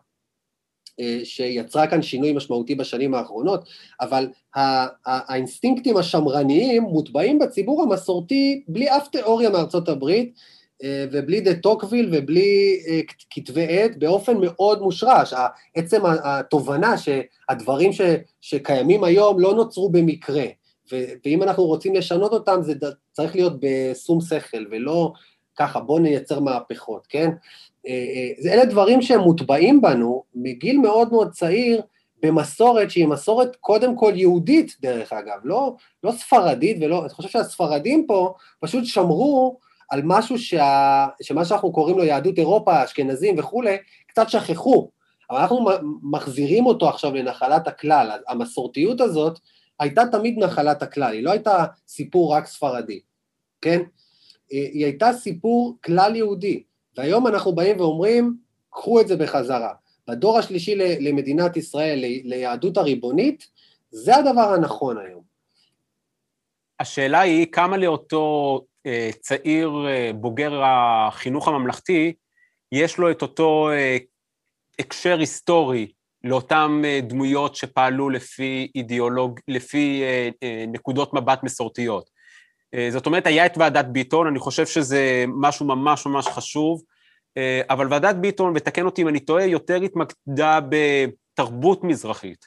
שיצרה כאן שינוי משמעותי בשנים האחרונות, אבל האינסטינקטים השמרניים מוטבעים בציבור המסורתי בלי אף תיאוריה מארצות הברית, ובלי דה טוקוויל ובלי כתבי עת, באופן מאוד מושרש, עצם התובנה שהדברים שקיימים היום לא נוצרו במקרה, ואם אנחנו רוצים לשנות אותם, זה צריך להיות בשום שכל, ולא ככה, בוא נייצר מהפכות, כן? אלה דברים שהם מוטבעים בנו, מגיל מאוד מאוד צעיר, במסורת שהיא מסורת קודם כל יהודית דרך אגב, לא ספרדית, אני חושב שהספרדים פה פשוט שמרו על משהו שמה שאנחנו קוראים לו יהדות אירופה, אשכנזים וכו', קצת שכחו, אבל אנחנו מחזירים אותו עכשיו לנחלת הכלל, המסורתיות הזאת הייתה תמיד נחלת הכלל, היא לא הייתה סיפור רק ספרדי, כן? היא הייתה סיפור כלל יהודי, והיום אנחנו באים ואומרים, קחו את זה בחזרה. בדור השלישי למדינת ישראל, ליהדות הריבונית, זה הדבר הנכון היום. השאלה היא, כמה לאותו צעיר בוגר החינוך הממלכתי, יש לו את אותו הקשר היסטורי לאותם דמויות שפעלו לפי נקודות מבט מסורתיות. זאת אומרת, היה את ועדת ביטון, אני חושב שזה משהו ממש ממש חשוב, אבל ועדת ביטון, ותקן אותי אם אני טועה, יותר התמקדה בתרבות מזרחית.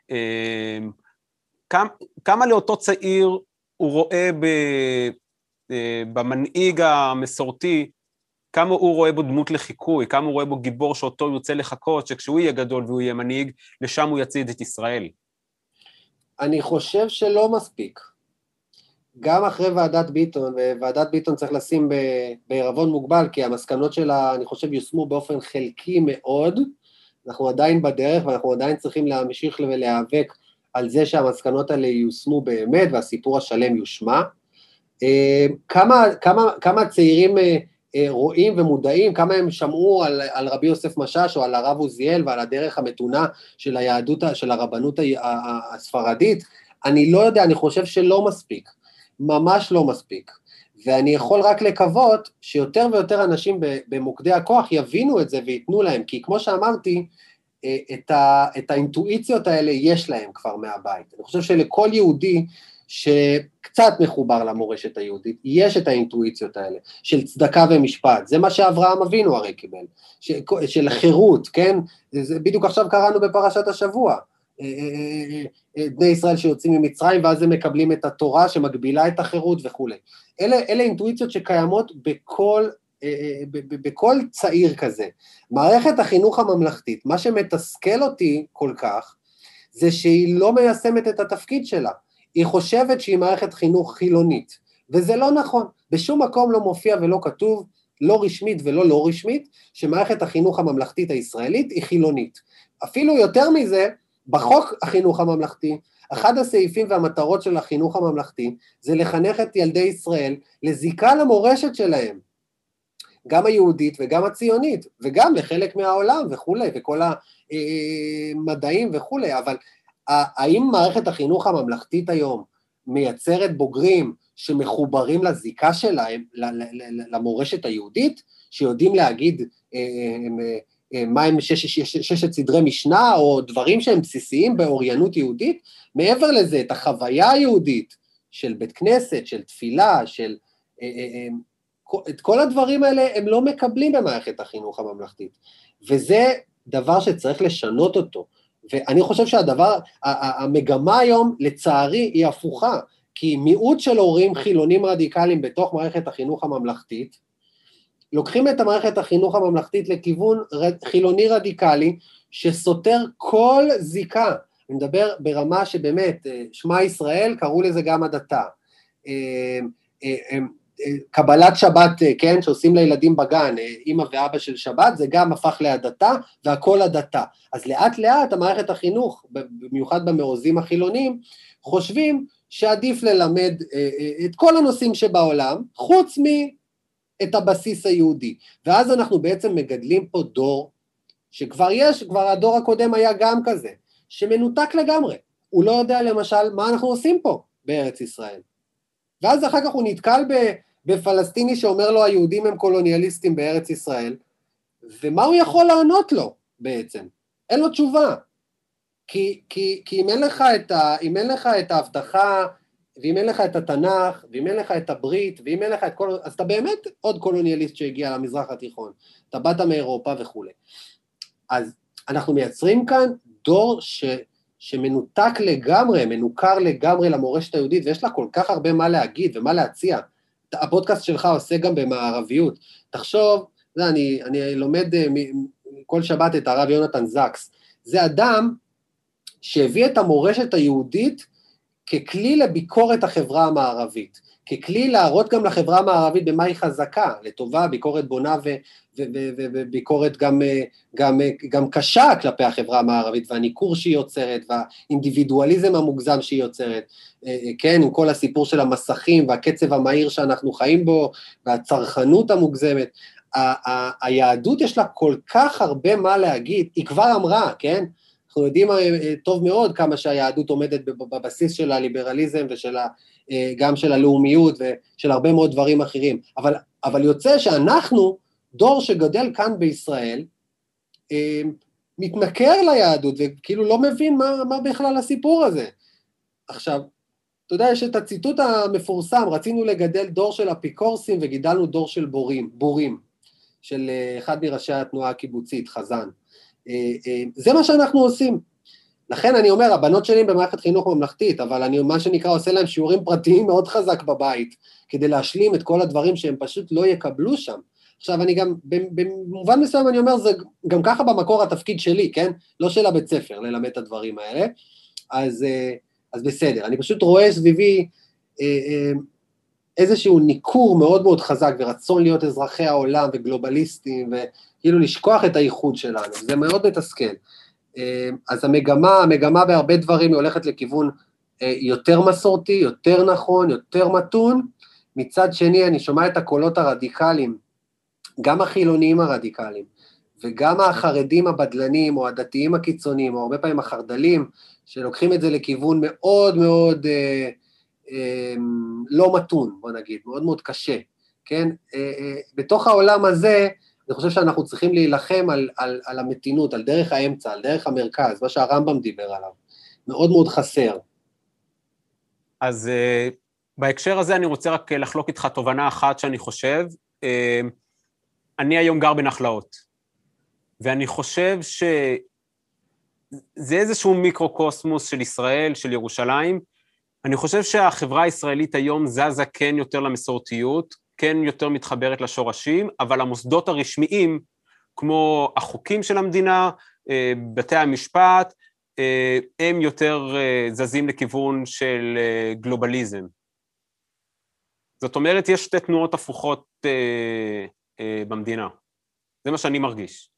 כמה לאותו צעיר הוא רואה במנהיג המסורתי, כמה הוא רואה בו דמות לחיקוי, כמה הוא רואה בו גיבור שאותו יוצא לחכות, שכשהוא יהיה גדול והוא יהיה מנהיג, לשם הוא יצעיד את ישראל. אני חושב שלא מספיק. גם אחרי ועדת ביטון, וועדת ביטון צריך לשים בערבון מוגבל, כי המסקנות שלה, אני חושב, יושמו באופן חלקי מאוד, אנחנו עדיין בדרך, ואנחנו עדיין צריכים להמשיך ולהיאבק על זה שהמסקנות האלה יושמו באמת, והסיפור השלם יושמע. כמה צעירים רואים ומודעים, כמה הם שמעו על רבי יוסף משאש, או על הרב עוזיאל, ועל הדרך המתונה של היהדות, של הרבנות הספרדית, אני לא יודע, אני חושב שלא מספיק. ממש לא מספיק, ואני יכול רק לקוות שיותר ויותר אנשים במוקדי הכוח יבינו את זה ויתנו להם, כי כמו שאמרתי, את האינטואיציות האלה יש להם כבר מהבית. אני חושב שלכל יהודי שקצת מחובר למורשת היהודית, יש את האינטואיציות האלה, של צדקה ומשפט, זה מה שאברהם אבינו הרי קיבל, של חירות, כן? זה בדיוק עכשיו קראנו בפרשת השבוע, בני ישראל שיוצאים ממצרים, ואז הם מקבלים את התורה שמגבילה את החירות וכו'. אלה אינטואיציות שקיימות בכל צעיר כזה. מערכת החינוך הממלכתית, מה שמתסכל אותי כל כך, זה שהיא לא מיישמת את התפקיד שלה. היא חושבת שהיא מערכת חינוך חילונית, וזה לא נכון. בשום מקום לא מופיע ולא כתוב, לא רשמית ולא לא רשמית, שמערכת החינוך הממלכתית הישראלית היא חילונית. אפילו יותר מזה, בחוק החינוך הממלכתי, אחד הסעיפים והמטרות של החינוך הממלכתי, זה לחנך את ילדי ישראל לזיקה למורשת שלהם, גם היהודית וגם הציונית, וגם לחלק מהעולם וכו', וכל המדעים וכו', אבל האם מערכת החינוך הממלכתית היום מייצרת בוגרים שמחוברים לזיקה שלהם, למורשת היהודית, שיודעים להגיד מה הם ששת סדרי משנה, או דברים שהם בסיסיים באוריינות יהודית? מעבר לזה, את החוויה היהודית של בית כנסת, של תפילה, את כל הדברים האלה הם לא מקבלים במערכת החינוך הממלכתית, וזה דבר שצריך לשנות אותו, ואני חושב המגמה היום לצערי היא הפוכה, כי מיעוט של הורים חילונים רדיקליים בתוך מערכת החינוך הממלכתית, לוקחים את המערכת החינוך הממלכתית לכיוון חילוני רדיקלי, שסותר כל זיקה. אני מדבר ברמה שבאמת, שמע ישראל, קראו לזה גם הדתה. קבלת שבת, כן, שעושים לילדים בגן, אמא ואבא של שבת, זה גם הפך להדתה, והכל הדתה. אז לאט לאט המערכת החינוך, במיוחד במעוזים החילונים, חושבים שעדיף ללמד את כל הנושאים שבעולם, חוץ את הבסיס היהודי, ואז אנחנו בעצם מגדלים פה דור, שכבר כבר הדור הקודם היה גם כזה, שמנותק לגמרי, הוא לא יודע למשל מה אנחנו עושים פה בארץ ישראל, ואז אחר כך הוא נתקל בפלסטיני שאומר לו היהודים הם קולוניאליסטים בארץ ישראל, ומה הוא יכול לענות לו בעצם? אין לו תשובה, כי אם אין לך את ההבטחה, ואם אין לך את התנ"ך, ואם אין לך את הברית, ואם אין לך את כל, אז אתה באמת עוד קולוניאליסט שהגיע למזרח התיכון, אתה באת מאירופה וכו'. אז אנחנו מייצרים כאן דור שמנותק לגמרי, מנוכר לגמרי למורשת היהודית, ויש לה כל כך הרבה מה להגיד ומה להציע. הפודקאסט שלך עושה גם במערביות. תחשוב, אני לומד כל שבת את הרב יונתן זקס, זה אדם שהביא את המורשת היהודית, ככלי לביקורת החברה המערבית, ככלי להראות גם לחברה המערבית במה היא חזקה, לטובה, ביקורת בונה וביקורת גם קשה כלפי החברה המערבית, והניכור שהיא יוצרת, והאינדיבידואליזם המוגזם שהיא יוצרת, כן, עם כל הסיפור של המסכים, והקצב המהיר שאנחנו חיים בו, והצרכנות המוגזמת, היהדות יש לה כל כך הרבה מה להגיד, היא כבר אמרה, כן? אנחנו יודעים טוב מאוד כמה שהיהדות עומדת בבסיס של הליברליזם גם של הלאומיות ושל הרבה מאוד דברים אחרים, אבל יוצא שאנחנו, דור שגדל כאן בישראל, מתנכר ליהדות וכאילו לא מבין מה בכלל הסיפור הזה. עכשיו, אתה יודע, יש את הציטוט המפורסם, רצינו לגדל דור של אפיקורסים וגידלנו דור של בורים, של אחד מראשי התנועה הקיבוצית, חזן. זה מה שאנחנו עושים. לכן אני אומר, הבנות שלי במערכת חינוך ממלכתית, אבל אני מה שנקרא עושה להם שיעורים פרטיים מאוד חזק בבית, כדי להשלים את כל הדברים שהם פשוט לא יקבלו שם. עכשיו אני גם, במובן מסוים אני אומר, זה גם ככה במקור התפקיד שלי, כן? לא של הבית ספר, ללמד את הדברים האלה. אז בסדר, אני פשוט רואה סביבי איזשהו ניכור מאוד מאוד חזק, ורצון להיות אזרחי העולם וגלובליסטים, וכאילו לשכוח את הייחוד שלנו, זה מאוד מתסכל. אז המגמה בהרבה דברים היא הולכת לכיוון יותר מסורתי, יותר נכון, יותר מתון. מצד שני אני שומע את הקולות הרדיקליים, גם החילוניים הרדיקליים, וגם החרדים הבדלנים, או הדתיים הקיצוניים, או הרבה פעמים החרדלים, שלוקחים את זה לכיוון מאוד מאוד לא מתון, בוא נגיד, מאוד מאוד קשה, כן? בתוך העולם הזה, אני חושב שאנחנו צריכים להילחם על המתינות, על דרך האמצע, על דרך המרכז, מה שהרמב"ם דיבר עליו, מאוד מאוד חסר. אז בהקשר הזה אני רוצה רק לחלוק איתך תובנה אחת שאני חושב, אני היום גר בנחלאות, ואני חושב שזה איזשהו מיקרוקוסמוס של ישראל, של ירושלים, אני חושב שהחברה הישראלית היום זזה כן יותר למסורתיות, כן יותר מתחברת לשורשים, אבל המוסדות הרשמיים, כמו החוקים של המדינה, בתי המשפט, הם יותר זזים לכיוון של גלובליזם. זאת אומרת, יש שתי תנועות הפוכות במדינה. זה מה שאני מרגיש.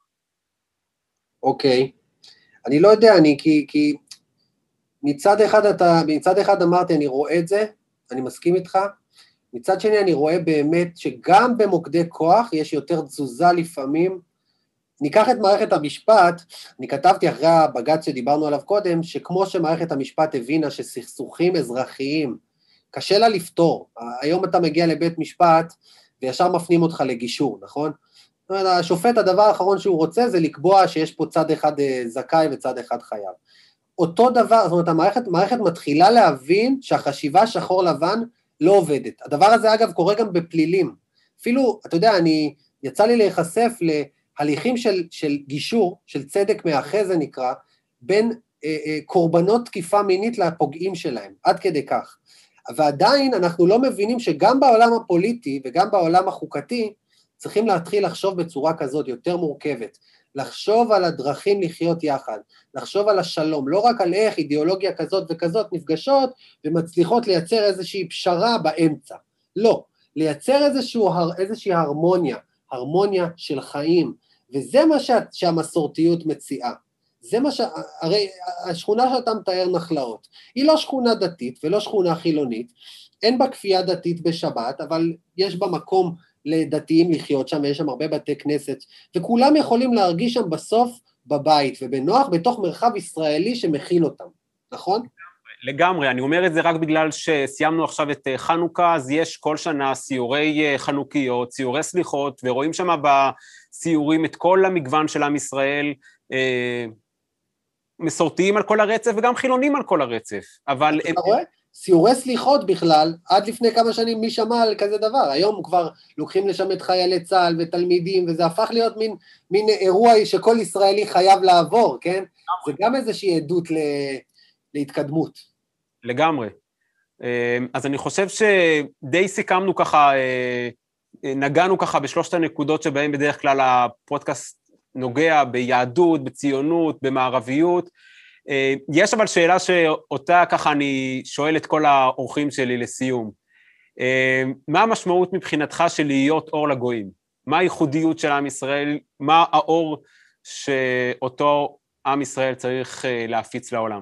אוקיי. אני לא יודע, כי מצד אחד אמרתי, אני רואה את זה, אני מסכים איתך, מצד שני אני רואה באמת שגם במוקדי כוח יש יותר תזוזה לפעמים. ניקח את מערכת המשפט, אני כתבתי אחרי הבג"ץ שדיברנו עליו קודם, שכמו שמערכת המשפט הבינה שסכסוכים אזרחיים קשה לה לפתור, היום אתה מגיע לבית משפט וישר מפנים אותך לגישור, נכון? זאת אומרת, השופט הדבר האחרון שהוא רוצה זה לקבוע שיש פה צד אחד זכאי וצד אחד חייב. אותו דבר, זאת אומרת, המערכת מתחילה להבין שהחשיבה שחור לבן לא עובדת. הדבר הזה אגב קורה גם בפלילים. אפילו, אתה יודע, יצא לי להיחשף להליכים של גישור, של צדק מאחה זה נקרא, בין קורבנות תקיפה מינית לפוגעים שלהם, עד כדי כך. ועדיין אנחנו לא מבינים שגם בעולם הפוליטי וגם בעולם החוקתי, צריכים להתחיל לחשוב בצורה כזאת יותר מורכבת, לחשוב על הדרכים לחיות יחד, לחשוב על השלום, לא רק על איך אידיאולוגיה כזאת וכזאת נפגשות ומצליחות לייצר איזושהי פשרה באמצע, לא, לייצר איזושהי הרמוניה של חיים, וזה מה שהמסורתיות מציעה, זה מה הרי השכונה שאתה מתאר נחלאות, היא לא שכונה דתית ולא שכונה חילונית, אין בה כפייה דתית בשבת, אבל יש בה מקום לדתיים לחיות שם, ויש שם הרבה בתי כנסת, וכולם יכולים להרגיש שם בסוף בבית, ובנוח בתוך מרחב ישראלי שמכיל אותם, נכון? לגמרי, אני אומר את זה רק בגלל שסיימנו עכשיו את חנוכה, אז יש כל שנה סיורי חנוכיות, סיורי סליחות, ורואים שם בסיורים את כל המגוון של עם ישראל, מסורתיים על כל הרצף, וגם חילונים על כל הרצף, אבל... אתה רואה? סיורי סליחות בכלל, עד לפני כמה שנים מי שמע על כזה דבר, היום כבר לוקחים לשם את חיילי צה"ל ותלמידים, וזה הפך להיות מין אירוע שכל ישראלי חייב לעבור, כן? זה גם איזושהי עדות להתקדמות. לגמרי. אז אני חושב שדי סיכמנו ככה, נגענו ככה בשלושת הנקודות שבהן בדרך כלל הפודקאסט נוגע ביהדות, בציונות, במערביות, יש אבל שאלה שאותה ככה אני שואל את כל האורחים שלי לסיום. מה המשמעות מבחינתך של להיות אור לגויים? מה הייחודיות של עם ישראל? מה האור שאותו עם ישראל צריך להפיץ לעולם?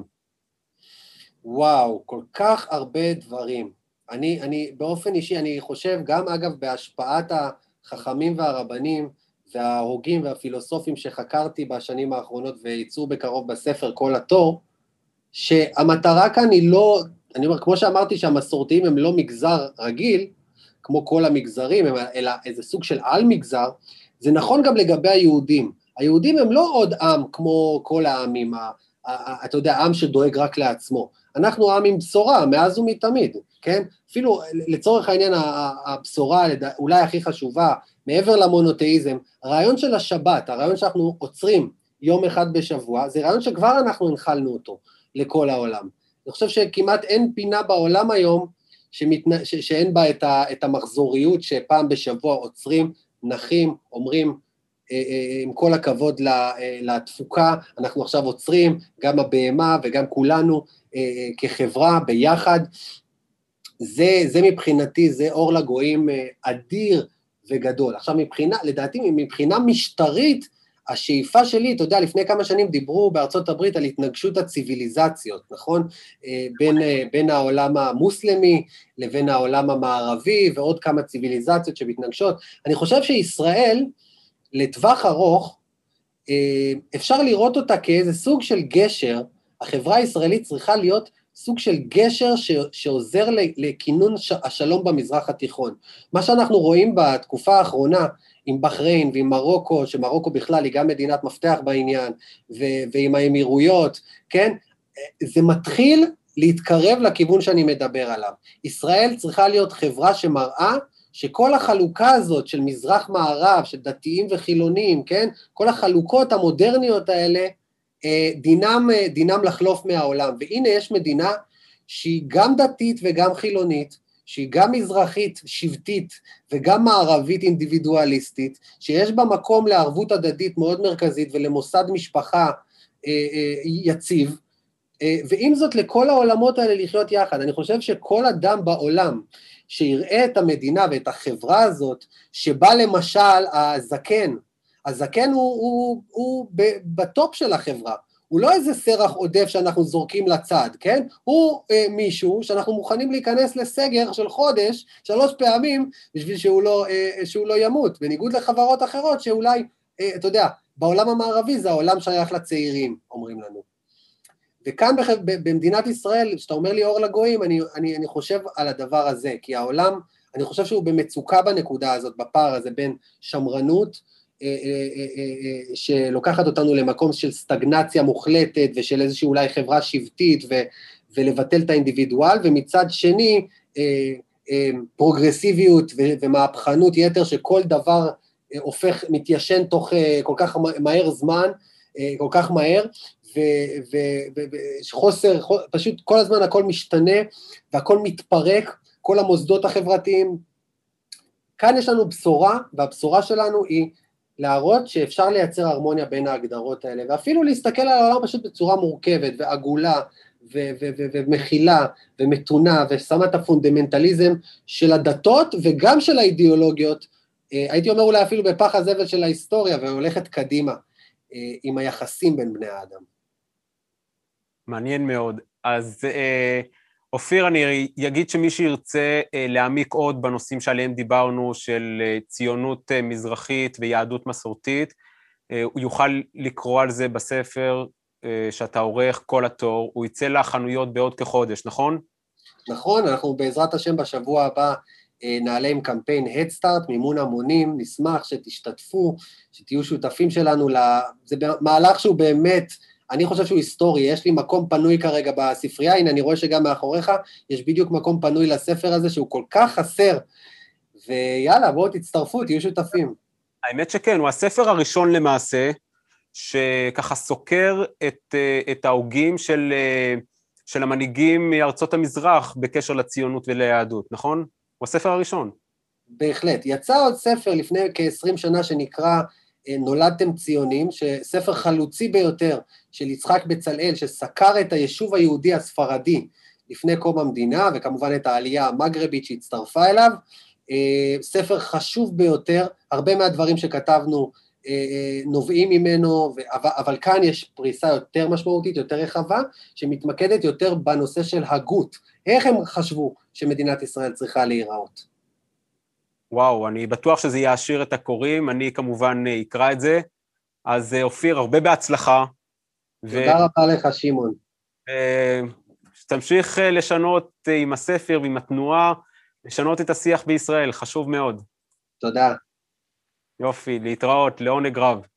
וואו, כל כך הרבה דברים. אני באופן אישי, אני חושב גם אגב בהשפעת החכמים והרבנים וההוגים והפילוסופים שחקרתי בשנים האחרונות וייצאו בקרוב בספר כל התור, שהמטרה כאן היא לא, אני אומר, כמו שאמרתי שהמסורתיים הם לא מגזר רגיל, כמו כל המגזרים, אלא איזה סוג של על מגזר, זה נכון גם לגבי היהודים. היהודים הם לא עוד עם כמו כל העמים, אתה יודע, עם שדואג רק לעצמו. אנחנו עם עם בשורה, מאז ומתמיד, כן? אפילו לצורך העניין הבשורה אולי הכי חשובה, מעבר למונותאיזם, הרעיון של השבת, הרעיון שאנחנו עוצרים יום אחד בשבוע, זה רעיון שכבר אנחנו הנחלנו אותו לכל העולם. אני חושב שכמעט אין פינה בעולם היום שאין בה את המחזוריות שפעם בשבוע עוצרים, נחים, אומרים, עם כל הכבוד לתפוקה, אנחנו עכשיו עוצרים, גם הבהמה וגם כולנו כחברה ביחד, זה מבחינתי, זה אור לגויים אדיר וגדול. עכשיו לדעתי מבחינה משטרית, השאיפה שלי, אתה יודע, לפני כמה שנים דיברו בארצות הברית על התנגשות הציביליזציות, נכון? בין העולם המוסלמי לבין העולם המערבי, ועוד כמה ציביליזציות שמתנגשות. אני חושב שישראל, לטווח ארוך, אפשר לראות אותה כאיזה סוג של גשר, החברה הישראלית צריכה להיות סוג של גשר שעוזר לכינון השלום במזרח התיכון. מה שאנחנו רואים בתקופה האחרונה, עם בחריין ועם מרוקו, שמרוקו בכלל היא גם מדינת מפתח בעניין, ועם האמירויות, כן? זה מתחיל להתקרב לכיוון שאני מדבר עליו. ישראל צריכה להיות חברה שמראה שכל החלוקה הזאת של מזרח מערב, של דתיים וחילונים, כן? כל החלוקות המודרניות האלה, דינם לחלוף מהעולם. והנה יש מדינה שהיא גם דתית וגם חילונית, שהיא גם מזרחית שבטית וגם מערבית אינדיבידואליסטית, שיש בה מקום לערבות הדדית מאוד מרכזית ולמוסד משפחה יציב, ועם זאת לכל העולמות האלה לחיות יחד. אני חושב שכל אדם בעולם שיראה את המדינה ואת החברה הזאת, שבה למשל הזקן הוא בטופ של החברה, הוא לא איזה סרח עודף שאנחנו זורקים לצד, כן? הוא מישהו שאנחנו מוכנים להיכנס לסגר של חודש, 3 פעמים, בשביל שהוא לא ימות, בניגוד לחברות אחרות שאולי, אתה יודע, בעולם המערבי זה העולם שייך לצעירים, אומרים לנו. וכאן במדינת ישראל, שאתה אומר לי אור לגויים, אני חושב על הדבר הזה, כי העולם, אני חושב שהוא במצוקה בנקודה הזאת, בפער הזה בין שמרנות, שלוקחת אותנו למקום של סטגנציה מוחלטת, ושל איזושהי אולי חברה שבטית, ולבטל את האינדיבידואל, ומצד שני, פרוגרסיביות ומהפכנות יתר, שכל דבר מתיישן תוך כל כך מהר זמן, כל כך מהר, וחוסר, פשוט כל הזמן הכל משתנה, והכל מתפרק, כל המוסדות החברתיים. כאן יש לנו בשורה, והבשורה שלנו היא להראות שאפשר לייצר הרמוניה בין ההגדרות האלה, ואפילו להסתכל על העולם פשוט בצורה מורכבת ועגולה, ומכילה ומתונה, ושמה את הפונדמנטליזם של הדתות וגם של האידיאולוגיות, הייתי אומר אולי אפילו בפח הזבל של ההיסטוריה, והולכת קדימה עם היחסים בין בני האדם. מעניין מאוד. אז אופיר, אני אגיד שמי שירצה להעמיק עוד בנושאים שעליהם דיברנו, של ציונות מזרחית ויהדות מסורתית, הוא יוכל לקרוא על זה בספר שאתה עורך כל התור, הוא יצא לחנויות בעוד כחודש, נכון? נכון, אנחנו בעזרת השם בשבוע הבא נעלה עם קמפיין Head Start, מימון המונים, נשמח שתשתתפו, שתהיו שותפים שלנו, זה מהלך שהוא באמת, אני חושב שהוא היסטורי, יש לי מקום פנוי כרגע בספרייה, הנה אני רואה שגם מאחוריך, יש בדיוק מקום פנוי לספר הזה, שהוא כל כך חסר, ויאללה, בואו תצטרפו, תהיו שותפים. האמת שכן, הוא הספר הראשון למעשה, שככה סוקר את ההוגים של המנהיגים מארצות המזרח, בקשר לציונות וליהדות, נכון? הוא הספר הראשון. בהחלט, יצא עוד ספר לפני כ-20 שנה שנקרא נולדתם ציונים, ספר חלוצי ביותר של יצחק בצלאל, שסקר את היישוב היהודי הספרדי לפני קום המדינה, וכמובן את העלייה המגרבית שהצטרפה אליו, ספר חשוב ביותר, הרבה מהדברים שכתבנו נובעים ממנו, אבל כאן יש פריסה יותר משמעותית, יותר רחבה, שמתמקדת יותר בנושא של הגות. איך הם חשבו שמדינת ישראל צריכה להיראות? וואו, אני בטוח שזה יעשיר את הקוראים, אני כמובן אקרא את זה. אז אופיר, הרבה בהצלחה. תודה רבה לך, שמעון. תמשיך לשנות עם הספר ועם התנועה, לשנות את השיח בישראל, חשוב מאוד. תודה. יופי, להתראות, לעונג רב.